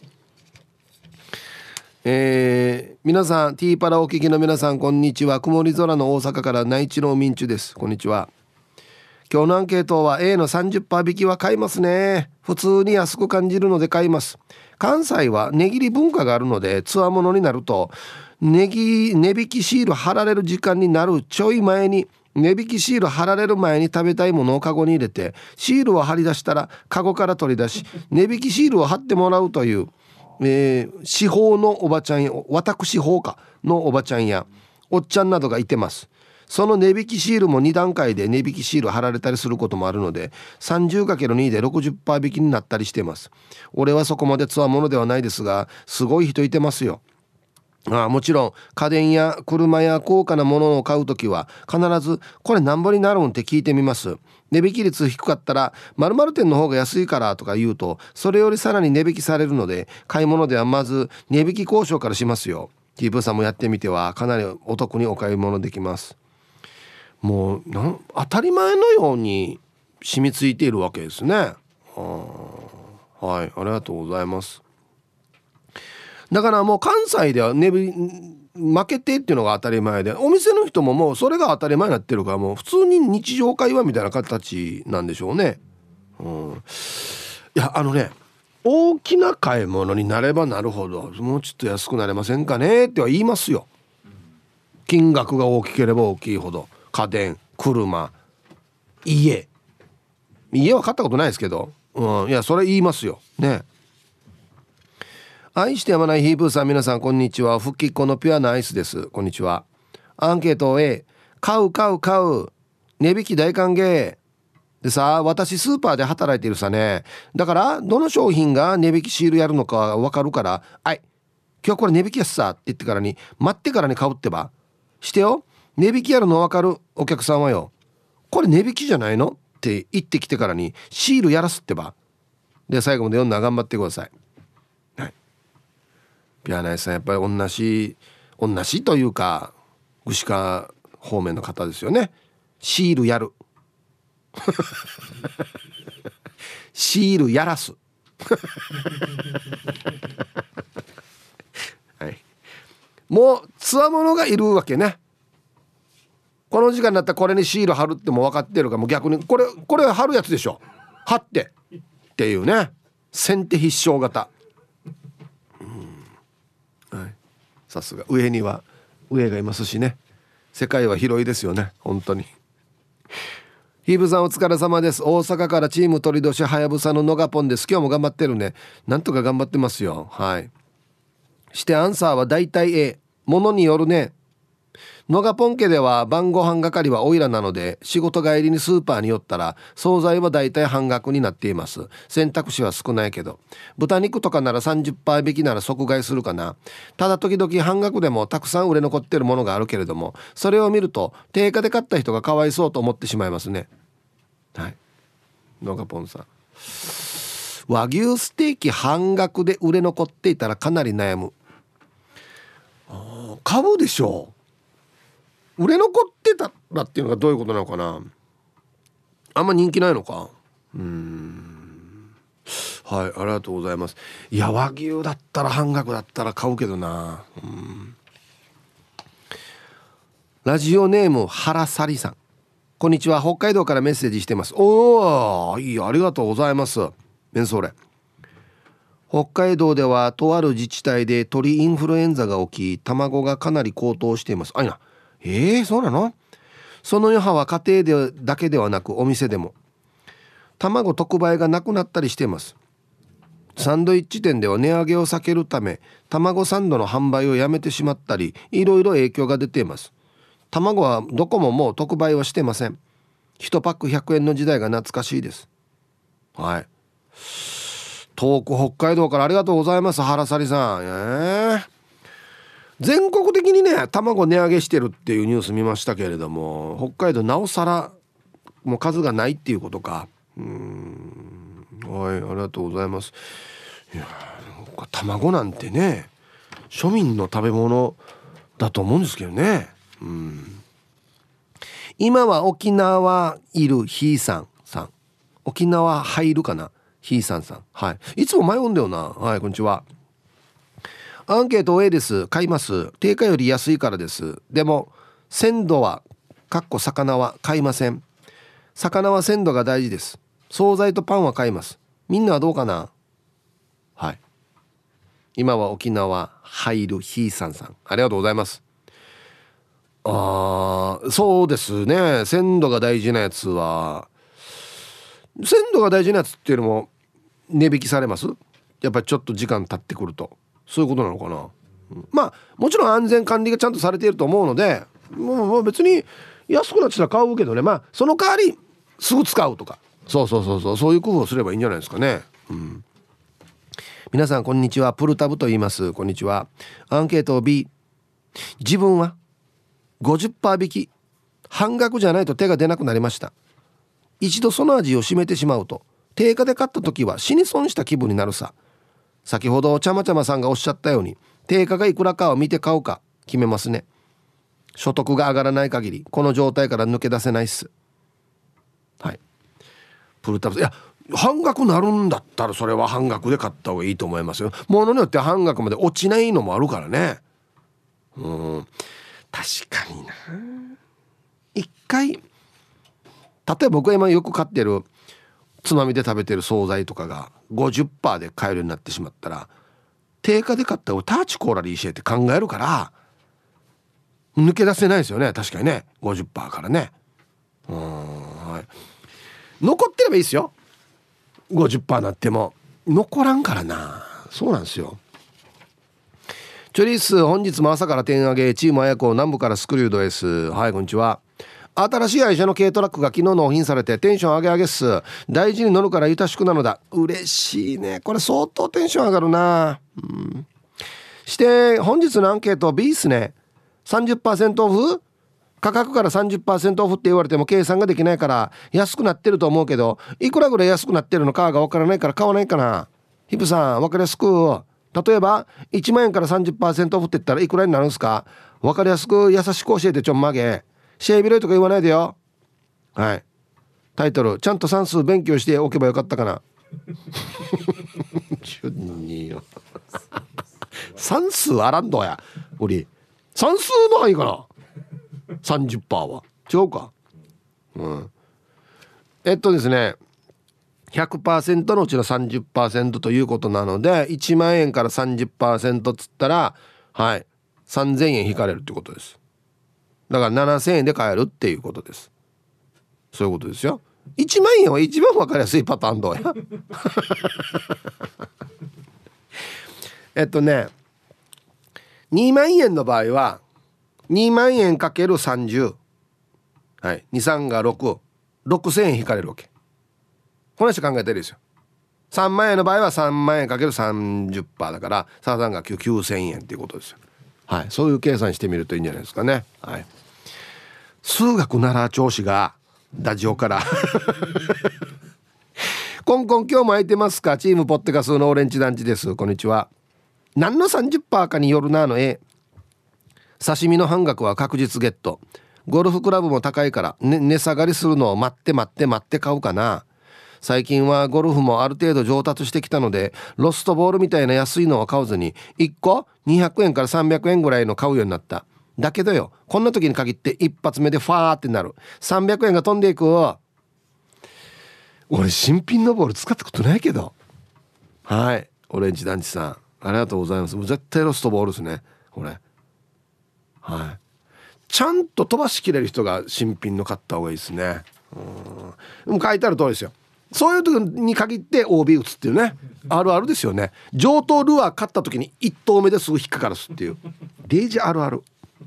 皆さん、ティーパラお聞きの皆さん、こんにちは。曇り空の大阪から内地の民中です。こんにちは。今日のアンケートは A の 30% 引きは買いますね。普通に安く感じるので買います。関西は値切り文化があるので、つわものになると値引きシール貼られる時間になるちょい前に、値引きシール貼られる前に食べたいものをカゴに入れて、シールを貼り出したらカゴから取り出し、値引きシールを貼ってもらうという、司法のおばちゃんや、私法かのおばちゃんやおっちゃんなどがいてます。その値引きシールも2段階で値引きシール貼られたりすることもあるので、 30×2 で 60% 引きになったりしてます。俺はそこまでつわものではないですが、すごい人いてますよ。もちろん家電や車や高価なものを買うときは必ずこれなんぼになるんって聞いてみます。値引き率低かったら〇〇店の方が安いからとか言うと、それよりさらに値引きされるので、買い物ではまず値引き交渉からしますよ。ティープーさんもやってみてはかなりお得にお買い物できます。もう当たり前のように染みついているわけですね。はい、ありがとうございます。だからもう関西では負けてっていうのが当たり前で、お店の人ももうそれが当たり前になってるから、もう普通に日常会話みたいな形なんでしょうね。いや大きな買い物になればなるほど、もうちょっと安くなれませんかねっては言いますよ。金額が大きければ大きいほど、家電、車、家は買ったことないですけど、いやそれ言いますよね。愛してやまないヒープーさん、皆さんこんにちは。復帰っ子のピュアなアイスです。こんにちは。アンケート A、 買う値引き大歓迎でさ、私スーパーで働いてるさね。だからどの商品が値引きシールやるのか分かるから、今日これ値引きやすさって言ってからに、待ってからに買うってばしてよ。値引きやるの分かるお客さんはよ、これ値引きじゃないのって言ってきてからにシールやらすってば。で最後まで読んだら頑張ってください。ピアナイさん、やっぱり同じというか串川方面の方ですよね。シールやるシールやらすはい、もうつわものがいるわけね。この時間になったらこれにシール貼るっても分かってるから、もう逆にこれ貼るやつでしょ、貼ってっていうね、先手必勝型。さすが上がいますしね。世界は広いですよね、本当に。ヒーブさんお疲れ様です。大阪からチーム鳥年はやぶさののがぽんです。今日も頑張ってるね。なんとか頑張ってますよ。はい。してアンサーはだいたい A、 ものによるね。のがぽん家では晩ご飯係はオイラなので、仕事帰りにスーパーに寄ったら惣菜はだいたい半額になっています。選択肢は少ないけど、豚肉とかなら 30% 引きなら即買いするかな。ただ時々半額でもたくさん売れ残ってるものがあるけれども、それを見ると定価で買った人がかわいそうと思ってしまいますね。はい、のがぽんさん、和牛ステーキ半額で売れ残っていたらかなり悩む。買うでしょう。売れ残ってたらっていうのがどういうことなのかな。あんま人気ないのか。はい、ありがとうございます。いや和牛だったら半額だったら買うけどな。ラジオネームはらさりさん、こんにちは。北海道からメッセージしてます。おー、いい、ありがとうございます。メンソーレ。北海道ではとある自治体で鳥インフルエンザが起き、卵がかなり高騰しています。そうなの。その余波は家庭でだけではなくお店でも。卵特売がなくなったりしています。サンドイッチ店では値上げを避けるため卵サンドの販売をやめてしまったり、いろいろ影響が出ています。卵はどこももう特売はしてません。1パック100円の時代が懐かしいです。はい、遠く北海道からありがとうございます。原さりさん、全国的にね卵値上げしてるっていうニュース見ましたけれども、北海道なおさらもう数がないっていうことか。はい、ありがとうございます。いや卵なんてね庶民の食べ物だと思うんですけどね。今は沖縄いるひーさん、 沖縄入るかな。ひいさんさん、はい、いつも迷うんだよな。はい、こんにちは。アンケート A です。買います。定価より安いからです。でも鮮度は魚は買いません。魚は鮮度が大事です。惣菜とパンは買います。みんなはどうかな。はい、今は沖縄入るひいさんさん、ありがとうございます。そうですね。鮮度が大事なやつは、鮮度が大事なやつっていうのも値引きされます。やっぱりちょっと時間経ってくるとそういうことなのかな。まあもちろん安全管理がちゃんとされていると思うので、もう別に安くなってたら買うけどね。まあその代わりすぐ使うとか、そういう工夫をすればいいんじゃないですかね。皆さんこんにちは。プルタブと言います。こんにちは。アンケート B。 自分は 50% 引き、半額じゃないと手が出なくなりました。一度その味を占めてしまうと定価で買った時は死に損した気分になるさ。先ほどちゃまちゃまさんがおっしゃったように定価がいくらかを見て買うか決めますね。所得が上がらない限りこの状態から抜け出せないっす。はい、プルタブ、いや半額なるんだったらそれは半額で買った方がいいと思いますよ。物によって半額まで落ちないのもあるからね。確かにな。一回、例えば僕が今よく買ってるつまみで食べてる惣菜とかが 50% で買えるようになってしまったら、定価で買ったらターチコーラリーシェって考えるから抜け出せないですよね。確かにね、 50% からね。はい、残ってればいいですよ。50% なっても残らんからな。そうなんですよ。チョリース、本日も朝から点上げ、チームあやこ南部からスクリュードです。はい、こんにちは。新しい愛車の軽トラックが昨日納品されてテンション上げ上げっす。大事に乗るからゆたしくなのだ。嬉しいね。これ相当テンション上がるな。して本日のアンケート B っすね。 30% オフ、価格から 30% オフって言われても計算ができないから安くなってると思うけど、いくらぐらい安くなってるのかがわからないから買わないかな。ヒプさんわかりやすく、例えば1万円から 30% オフって言ったらいくらになるんすか。わかりやすく優しく教えてちょんまげ。シェービロイとか言わないでよ。はい、タイトルちゃんと算数勉強しておけばよかったかな。算数あらんどやおり、算数の範囲かな 30% は違うか。ですね、 100% のうちの 30% ということなので、1万円から 30% つったら、はい、3000円引かれるってことです。だから7000円で買えるっていうことです。そういうことですよ。1万円は一番分かりやすいパターンどうや。2万円の場合は2万円かける30、はい、23が6000円引かれるわけ。この人考えてるんですよ。3万円の場合は3万円かける 30% だから33が9000円っていうことですよ。はい、そういう計算してみるといいんじゃないですかね。はい、数学なら調子がラジオからコンコン今日も空いてますか。チームポッテガスのオレンジ団地です。こんにちは。何の 30% かによるなの刺身の半額は確実ゲット。ゴルフクラブも高いから、値下がりするのを待って買うかな。最近はゴルフもある程度上達してきたのでロストボールみたいな安いのは買わずに1個200円から300円ぐらいの買うようになった。だけどよ、こんな時に限って一発目でファーってなる300円が飛んでいく。俺新品のボール使ったことないけど。はい、オレンジ団地さんありがとうございます。もう絶対ロストボールですねこれ。はい、ちゃんと飛ばしきれる人が新品の買った方がいいですね。でも書いてある通りですよ。そういう時に限って OB 打つっていうね、あるあるですよね。上等ルアー買った時に1投目ですぐ引っかかるすっていうデイジあるある。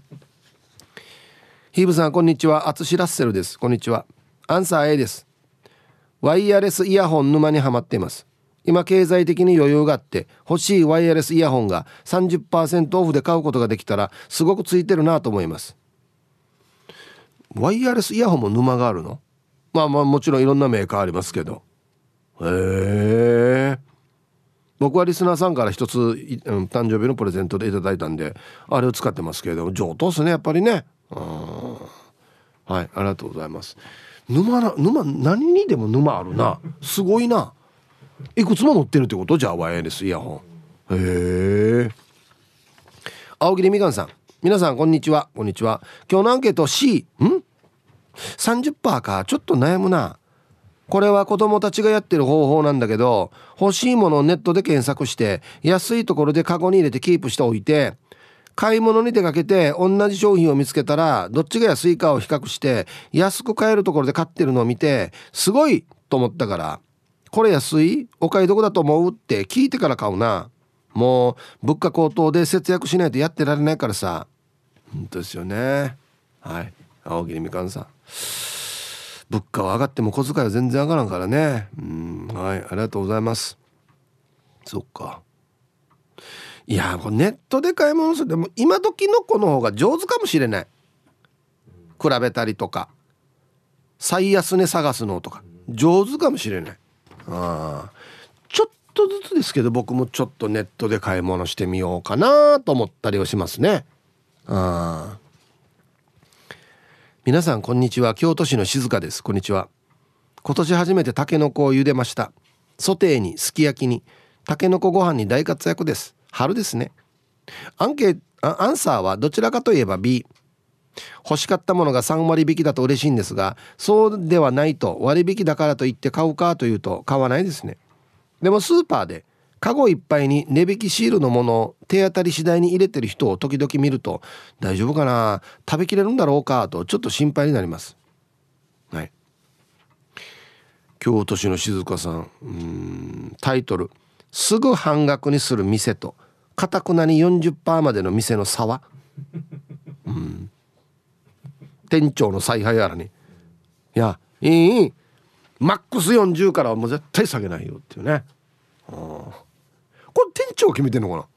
ヒーブさんこんにちは。アツシラッセルです。こんにちは。アンサー A です。ワイヤレスイヤホン沼にはまっています。今経済的に余裕があって欲しいワイヤレスイヤホンが 30% オフで買うことができたらすごくついてるなと思います。ワイヤレスイヤホンも沼があるの？まあもちろんいろんなメーカーありますけど、僕はリスナーさんから一つ誕生日のプレゼントでいただいたんであれを使ってますけれども、上等ですねやっぱりね。はい、ありがとうございます。 沼何にでも沼あるな。すごいな。いくつも乗ってるってこと？じゃあワイヤレスイヤホン。へえ。青桐みかんさん、皆さんこんにちは。こんにちは。今日のアンケート C30% か。ちょっと悩むな。これは子供たちがやってる方法なんだけど、欲しいものをネットで検索して安いところでカゴに入れてキープしておいて、買い物に出かけて同じ商品を見つけたらどっちが安いかを比較して安く買えるところで買ってるのを見てすごいと思ったから、これ安い？お買い得だと思う？って聞いてから買うな。もう物価高騰で節約しないとやってられないからさ。本当ですよね。はい、青桐みかんさん、物価は上がっても小遣いは全然上がらんからね。はい、ありがとうございます。そっか。いや、ネットで買い物するでも今時の子の方が上手かもしれない。比べたりとか最安値探すのとか上手かもしれない。ちょっとずつですけど僕もちょっとネットで買い物してみようかなと思ったりはしますね。皆さんこんにちは。京都市の静香です。こんにちは。今年初めてタケノコを茹でました。ソテーにすき焼きにタケノコご飯に大活躍です。春ですね。アンサーはどちらかといえば B。 欲しかったものが3割引きだと嬉しいんですが、そうではないと割引だからといって買うかというと買わないですね。でもスーパーでカゴいっぱいに値引きシールのものを手当たり次第に入れてる人を時々見ると、大丈夫かな、食べきれるんだろうかとちょっと心配になります。はい、京都市の静香さん、タイトル、すぐ半額にする店とかたくなに 40% までの店の差は店長の采配やらに、いやいいマックス40からはもう絶対下げないよっていうね。これ店長が決めてんのかな。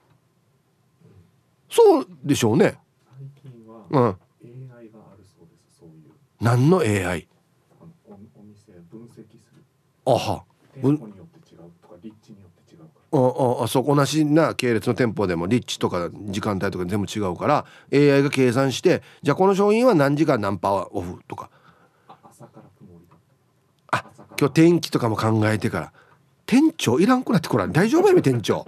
そうでしょうね。 最近は AI があるそうです。そういう何の AI？ お店分析する。 あは、 店舗によって違うとか立地によって違うから。 そう、同じな系列の店舗でも立地とか時間帯とか全部違うから AI が計算して、じゃあこの商品は何時間何パーオフとか、 朝から曇りだった。 今日天気とかも考えてから。店長いらんくなってこらん。大丈夫やめ店長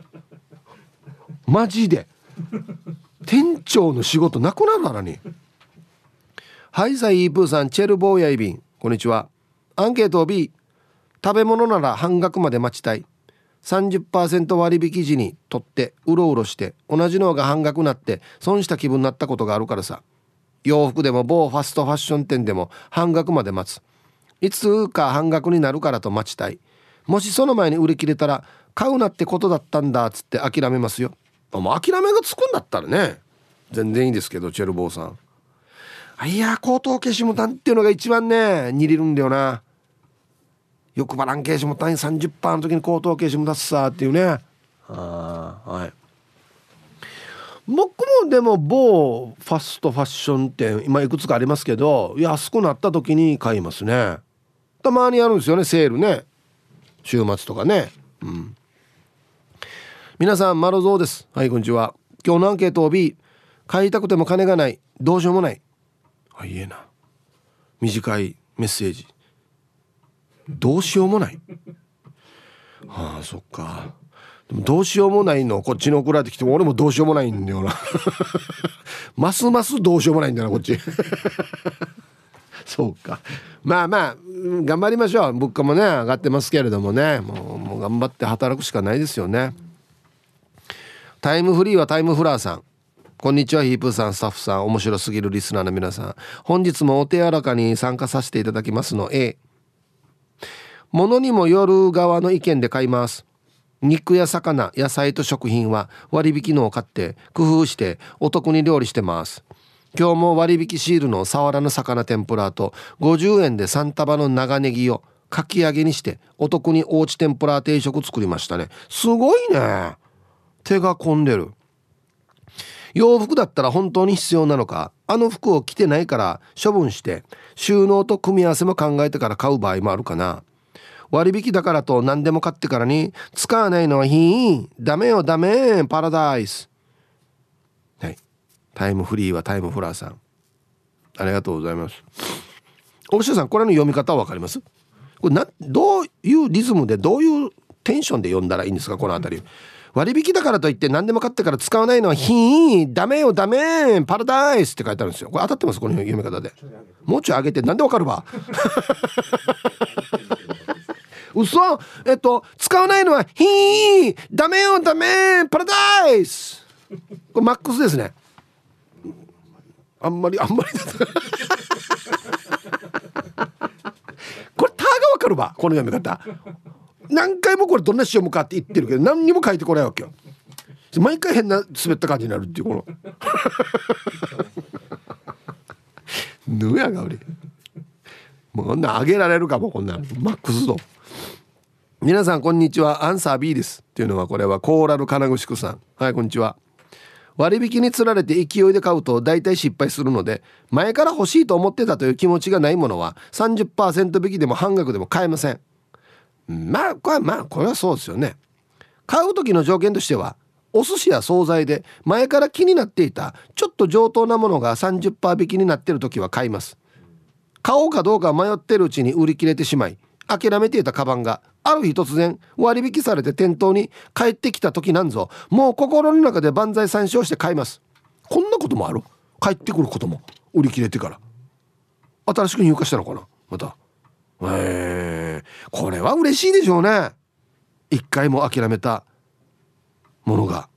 マジで店長の仕事なくなるからに。はいさいイープーさん、チェルボーヤイビン、こんにちは。アンケート B。 食べ物なら半額まで待ちたい。 30% 割引時に取ってうろうろして同じのが半額になって損した気分になったことがあるからさ。洋服でも某ファストファッション店でも半額まで待つ。いつか半額になるからと待ちたい。もしその前に売り切れたら買うなってことだったんだっつって諦めますよ。もう諦めがつくんだったらね全然いいですけど、チェルボーさん、いや口頭消しもたんっていうのが一番ね煮れるんだよな。よくばらん消しもたん 30% の時に口頭消しも出すさっていうね。はい。僕もでも某ファストファッション店今いくつかありますけど、安くなった時に買いますね。たまにやるんですよね、セールね、週末とかね。皆さんマロゾウです。はい、こんにちは。今日のアンケートを B。 買いたくても金がない、どうしようもない。いいえな、短いメッセージ。どうしようもないそっか。でもどうしようもないのこっちに送られてきても俺もどうしようもないんだよなますますどうしようもないんだなこっちそうか、まあ頑張りましょう。物価もね上がってますけれどもね、もう頑張って働くしかないですよね。タイムフリーはタイムフラーさん、こんにちは。ヒープーさん、スタッフさん、面白すぎるリスナーの皆さん、本日もお手柔らかに参加させていただきますの A。 物にもよる側の意見で買います。肉や魚、野菜と食品は割引のを買って工夫してお得に料理してます。今日も割引シールのサワラの魚天ぷらと50円で3束の長ネギをかき揚げにしてお得におうち天ぷら定食作りましたね。すごいね、手が込んでる。洋服だったら本当に必要なのか、あの服を着てないから処分して収納と組み合わせも考えてから買う場合もあるかな。割引だからと何でも買ってからに使わないのはダメよダメ、パラダイス。はい、タイムフリーはタイムフラーさん、ありがとうございます。 おしゅうさん、これの読み方は分かります？これどういうリズムでどういうテンションで読んだらいいんですか？このあたり。割引だからといって何でも買ってから使わないのはダメよダメパラダイスって書いてあるんですよ。これ当たってます？この読み方で。もうちょい上げて。なんでわかるわ嘘。使わないのはダメよダメパラダイス。これマックスですね。あんまりこれターがわかるわ、この読み方。何回もこれどんな詩読むかって言ってるけど何にも書いてこないわけよ。毎回変な滑った感じになるっていうこのぬやが俺もうこんな上げられるかも。こんなマックス度。皆さんこんにちは、アンサー B ですっていうのは、これはコーラル金具宿さん。はい、こんにちは。割引につられて勢いで買うと大体失敗するので、前から欲しいと思ってたという気持ちがないものは 30% 引きでも半額でも買えません。これはそうですよね。買う時の条件としては、お寿司や惣菜で前から気になっていたちょっと上等なものが 30% 引きになっている時は買います。買おうかどうか迷っているうちに売り切れてしまい、諦めていたカバンがある日突然割引されて店頭に帰ってきた時なんぞ、もう心の中で万歳三唱して買います。こんなこともある。帰ってくることも、売り切れてから新しく入荷したのかなまた。これは嬉しいでしょうね。一回も諦めたものが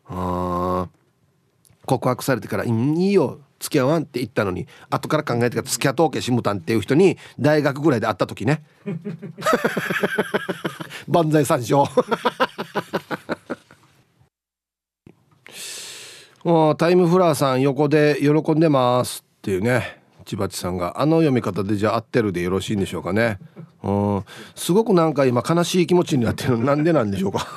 告白されてからいいよ付き合わんって言ったのに、後から考えてから付き合っとうけしむたんっていう人に大学ぐらいで会った時ね万歳三唱タイムフラーさん横で喜んでますっていうね、千葉地さんがあの読み方でじゃあ合ってるでよろしいんでしょうかね。すごくなんか今悲しい気持ちになってるのなんでなんでしょうか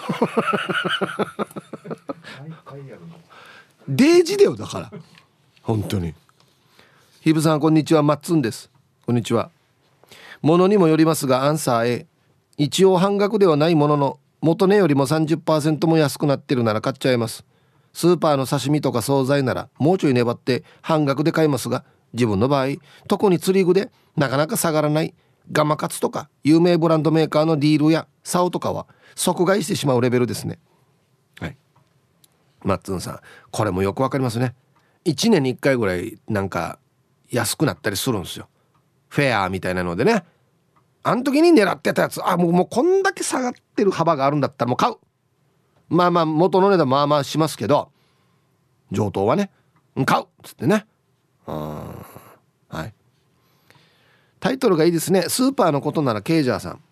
デイジだよだから本当に。ヒブさんこんにちは、マッツンです。こんにちは。ものにもよりますがアンサー A。 一応半額ではないものの元値よりも 30% も安くなってるなら買っちゃいます。スーパーの刺身とか惣菜ならもうちょい粘って半額で買いますが、自分の場合特に釣り具でなかなか下がらないガマカツとか有名ブランドメーカーのディールやサオとかは即買いしてしまうレベルですね。はい、マッツンさんこれもよくわかりますね。1年に1回ぐらいなんか安くなったりするんですよ、フェアみたいなのでね。あの時に狙ってたやつ、もうこんだけ下がってる幅があるんだったらもう買う。まあ元の値段まあまあしますけど、上等はね買うっつってね。はい、タイトルがいいですね。スーパーのことならケイジャーさん、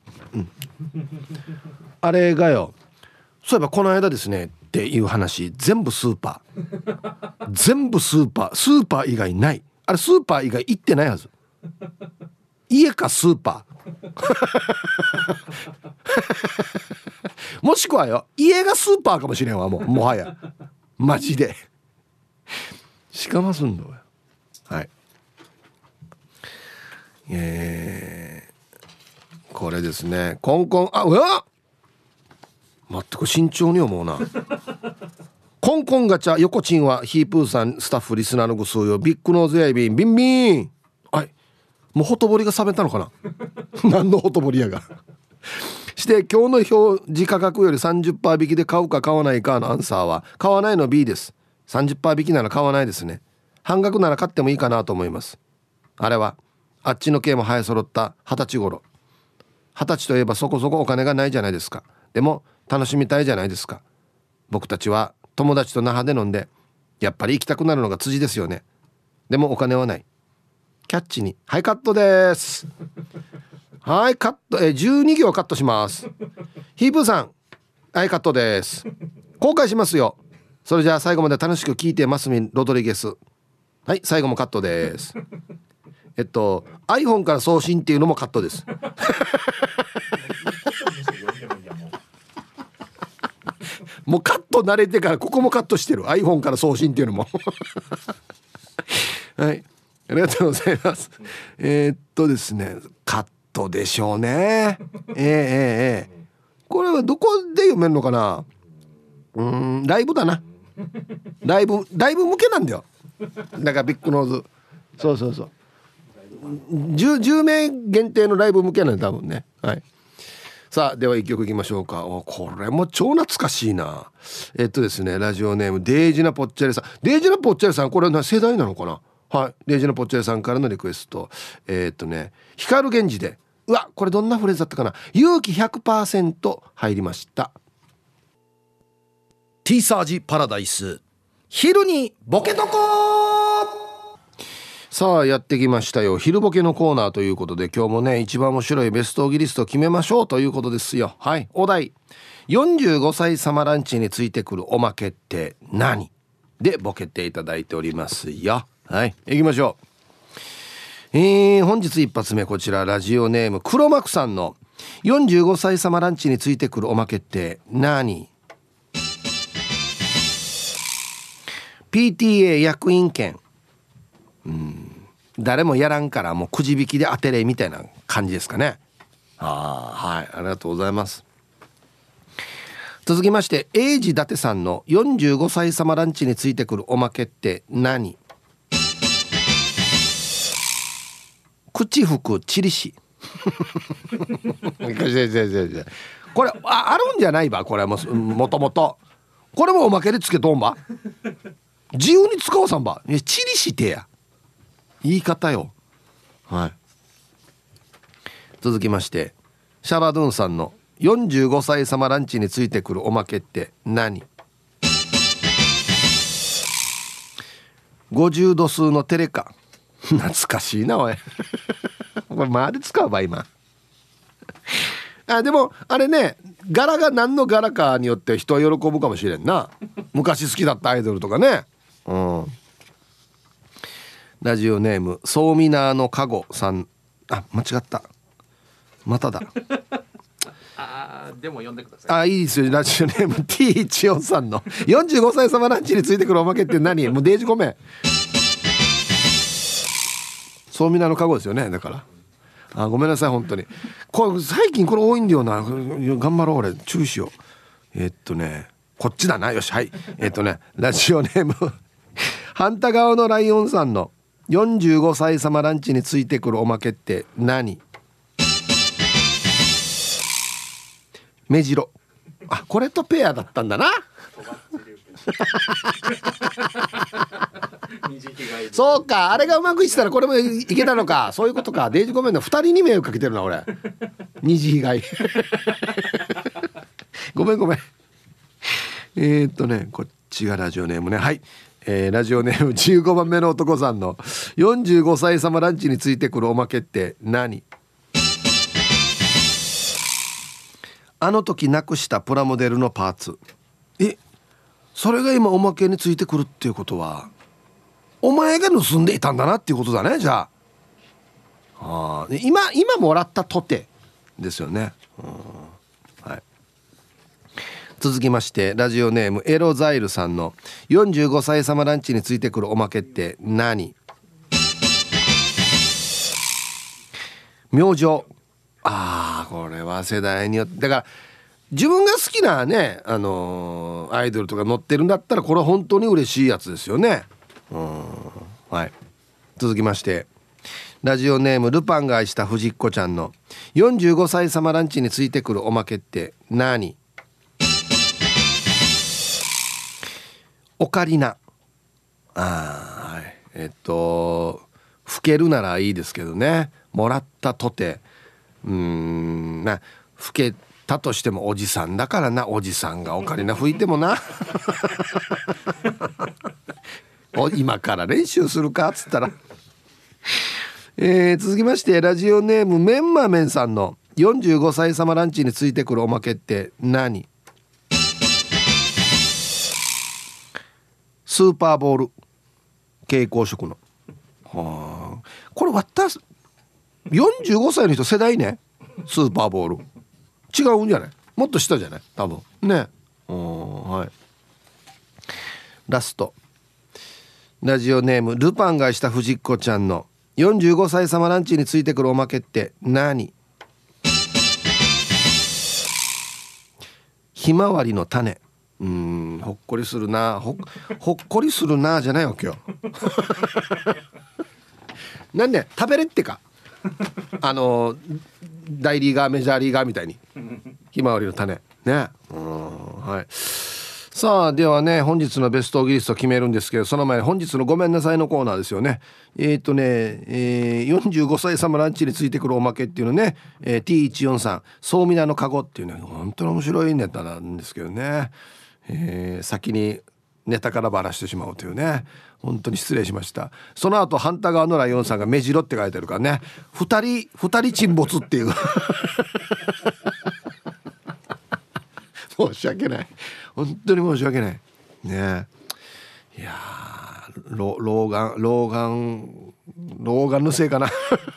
あれがよ、そういえばこの間ですねっていう話、全部スーパー全部スーパー以外ない。あれスーパー以外行ってないはず。家かスーパーもしくはよ家がスーパーかもしれんわ。もはやマジでしかますんだよ。はい、これですね、コンコンうわ待ってこれ慎重に思うなコンコンガチャ横チンはヒープーさんスタッフリスナーのご数よビッグノーズやいびんビンビン。はい、もうほとぼりが冷めたのかな何のほとぼりやがして今日の表示価格より 30% 引きで買うか買わないかのアンサーは買わないの B です。 30% 引きなら買わないですね。半額なら買ってもいいかなと思います。あれはあっちの系も生え揃った20歳頃。20歳といえばそこそこお金がないじゃないですか。でも楽しみたいじゃないですか。僕たちは友達と那覇で飲んでやっぱり行きたくなるのが辻ですよね。でもお金はない。キャッチにはいカットですはいカット、12行カットします。ヒープーさんはいカットです。後悔しますよ。それじゃあ最後まで楽しく聞いてますみロドリゲス。はい最後もカットですiPhone から送信っていうのもカットですもうカット慣れてからここもカットしてる。 iPhone から送信っていうのもはいありがとうございます。ですねカットでしょうね。これはどこで読めるのかな。ライブだな。ライブ向けなんだよ。だからビッグノーズそう 10名限定のライブ向けなんで多分ね。はい。さあでは一曲いきましょうか。これも超懐かしいな。ですね、ラジオネームデイジナポッチャリさん。デイジナポッチャリさん、これ世代なのかな。はい、デイジナポッチャリさんからのリクエスト。光源氏で、うわこれどんなフレーズだったかな。勇気 100% 入りました。 ティーサージパラダイス、昼にボケとこ。 さあやってきましたよ、昼ボケのコーナーということで、今日もね一番面白いベストギリストを決めましょうということですよ。はい、お題45歳様ランチについてくるおまけって何でボケていただいておりますよ。はい、行きましょう。本日一発目、こちらラジオネーム黒幕さんの45歳様ランチについてくるおまけって何。 PTA 役員券。誰もやらんからもうくじ引きで当てれみたいな感じですかね。はい、ありがとうございます。続きまして、英治伊達さんの45歳様ランチについてくるおまけって何。口吹くチリシこれ あるんじゃないば。これもともとこれもおまけでつけとんば。自由に使おうさんば。チリシてや言い方よ。はい。続きまして、シャバドゥンさんの45歳様ランチについてくるおまけって何。50度数のテレカ。懐かしいなおいこれまで使うば今でもあれね、柄が何の柄かによって人は喜ぶかもしれんな。昔好きだったアイドルとかね。ラジオネームソーミナーのカゴさん。間違った、まただでも読んでください。 いいですよ。ラジオネーム T 千代さんの45歳様ランチについてくるおまけって何。もうデージごめん。ソーミナーのカゴですよね。だからごめんなさい本当に。これ最近これ多いんだよな。頑張ろう俺、注意しよう。こっちだな。よし、はい。ラジオネーム反対側のライオンさんの45歳様ランチについてくるおまけって何。目白。これとペアだったんだなそうか、あれがうまくいってたらこれもいけたのか。そういうことか。デイジごめんな、2人に迷惑かけてるな俺。二次被害ごめんこっちがラジオネームね。はい、ラジオネーム15番目の男さんの45歳様ランチについてくるおまけって何。あの時なくしたプラモデルのパーツ。それが今おまけについてくるっていうことはお前が盗んでいたんだなっていうことだね。じゃあ今もらったとてですよね。はい、続きまして、ラジオネームエロザイルさんの45歳様ランチについてくるおまけって何。明星。これは世代によってだから、自分が好きなねアイドルとか載ってるんだったらこれは本当に嬉しいやつですよね。はい、続きまして、ラジオネームルパンが愛した藤子ちゃんの45歳様ランチについてくるおまけって何。オカリナ。はい、老けるならいいですけどね、もらったとて老けたとしてもおじさんだからな。おじさんがオカリナ吹いてもな今から練習するかっつったら続きまして、ラジオネームメンマメンさんの45歳様ランチについてくるおまけって何。スーパーボール蛍光色の。これ45歳の人世代ね。スーパーボール違うんじゃない。もっと下じゃない多分ね。はい、ラスト、ラジオネームルパンがした藤子ちゃんの45歳様ランチについてくるおまけって何。ひまわりの種。ほっこりするな。ほっこりするなじゃないわけよなんで食べれってか大リーガーメジャーリーガーみたいにひまわりの種ね。はい。さあではね、本日のベストギリスト決めるんですけど、その前に本日のごめんなさいのコーナーですよね。45歳様ランチについてくるおまけっていうのね、T14 さん総皆のカゴっていうね、本当に面白いネタなんですけどね、先にネタからばらしてしまうというね、本当に失礼しました。その後反対側のライオンさんが目白って書いてあるからね、2人沈没っていう申し訳ない、本当に申し訳ないね。いや老眼のせいかな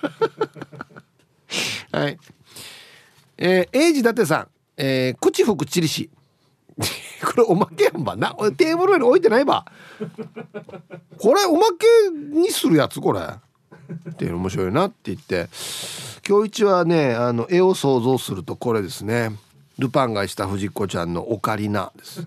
はい。英治伊達さん、口福チリシこれおまけやんばな、テーブルに置いてないばこれおまけにするやつこれっていうの面白いなって言って、今日一はね絵を想像するとこれですね、ルパンがした藤子ちゃんのオカリナです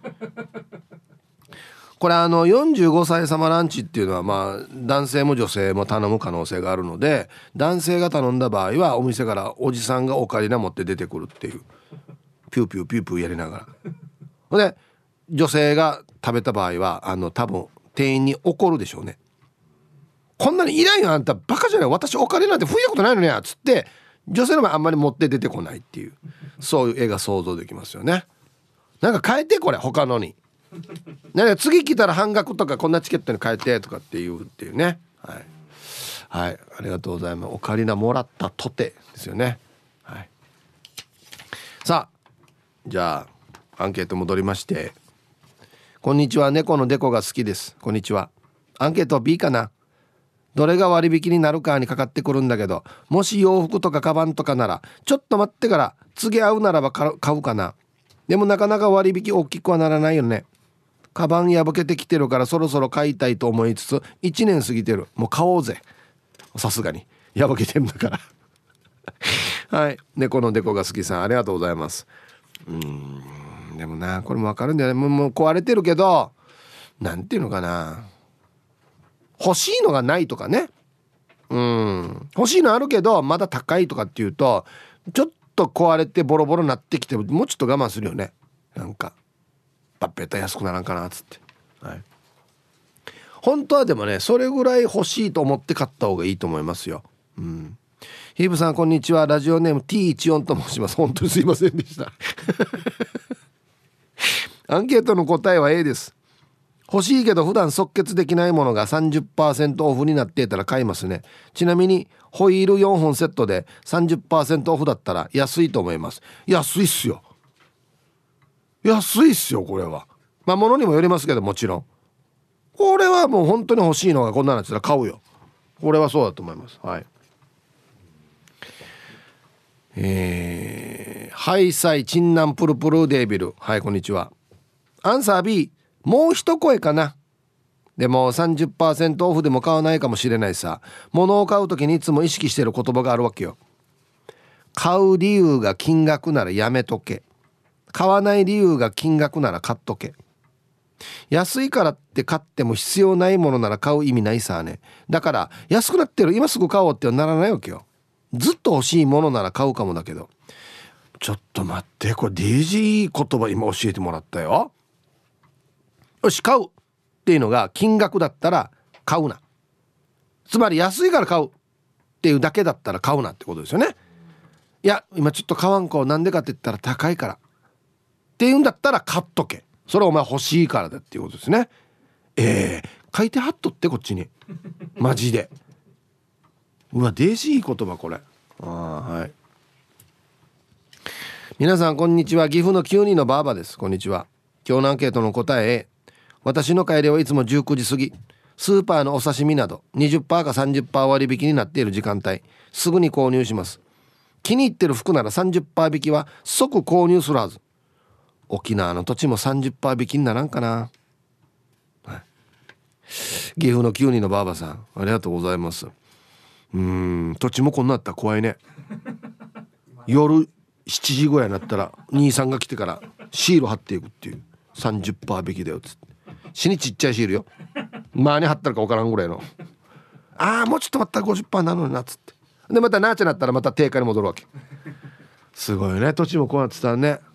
これ45歳様ランチっていうのはまあ男性も女性も頼む可能性があるので、男性が頼んだ場合はお店からおじさんがオカリナ持って出てくるっていう、ピューピューピューピューやりながらで、女性が食べた場合は多分店員に怒るでしょうね。こんなにいらんよあんたバカじゃない、私オカリナって吹いたことないのにやつって、女性の場合あんまり持って出てこないっていう、そういう絵が想像できますよね。なんか変えてこれ他のになんか次来たら半額とかこんなチケットに変えてとかっていうね。はい、はい、ありがとうございます。オカリナもらったとてですよね。はい、さあじゃあアンケート戻りまして、こんにちは、猫のデコが好きです。こんにちは。アンケート B かな。どれが割引になるかにかかってくるんだけど、もし洋服とかカバンとかならちょっと待ってから次会うならば買うかな。でもなかなか割引大きくはならないよね。カバン破けてきてるからそろそろ買いたいと思いつつ1年過ぎてる。もう買おうぜ、さすがに破けてんだからはい、猫のデコが好きさんありがとうございます。でもなこれもわかるんだよね。もう壊れてるけどなんていうのかな、欲しいのがないとかね、欲しいのあるけどまだ高いとかっていうとちょっと壊れてボロボロになってきてもうちょっと我慢するよね。なんかバッペタ安くならんかなっつって、はい、本当はでもねそれぐらい欲しいと思って買った方がいいと思いますよ。ヒーブさんこんにちは。ラジオネーム T14 と申します。本当にすいませんでしたアンケートの答えは A です。欲しいけど普段即決できないものが 30% オフになっていたら買いますね。ちなみにホイール4本セットで 30% オフだったら安いと思います。安いっすよ、安いっすよこれは。まあ物にもよりますけどもちろんこれはもう本当に欲しいのがこんなのやつら買うよ。これはそうだと思います。はい。ハイサイチンナンプルプルデービル、はい、こんにちは。アンサー B、 もう一声かな。でも 30% オフでも買わないかもしれないさ。物を買うときにいつも意識してる言葉があるわけよ。買う理由が金額ならやめとけ、買わない理由が金額なら買っとけ。安いからって買っても必要ないものなら買う意味ないさね。だから安くなってる今すぐ買おうってはならないわけよ。ずっと欲しいものなら買うかもだけど。ちょっと待って、これデイジー言葉今教えてもらったよ。よし買うっていうのが金額だったら買うな、つまり安いから買うっていうだけだったら買うなってことですよね。いや今ちょっと買わんこなんでかって言ったら高いからっていうんだったら買っとけ、それお前欲しいからだっていうことですね。書いてはっとってこっちにマジで。うわデジいい言葉これ。はい、皆さんこんにちは。岐阜の9人のバーバです。こんにちは。今日のアンケートの答え、私の帰りはいつも19時過ぎ。スーパーのお刺身など 20% か 30% 割引になっている時間帯、すぐに購入します。気に入ってる服なら 30% 引きは即購入するはず。沖縄の土地も 30% 引きにならんかな、はい、岐阜の9人のバーバさんありがとうございます。土地もこんなったら怖いね。夜7時ぐらいになったら兄さんが来てからシール貼っていくっていう、 30% 引きだよっつって、死にちっちゃいシールよ、間に貼ったらか分からんぐらいのああもうちょっと待ったら 50% なのになっつって、でまたなーちゃんなったらまた定価に戻るわけ。すごいね、土地もこうなってたらね。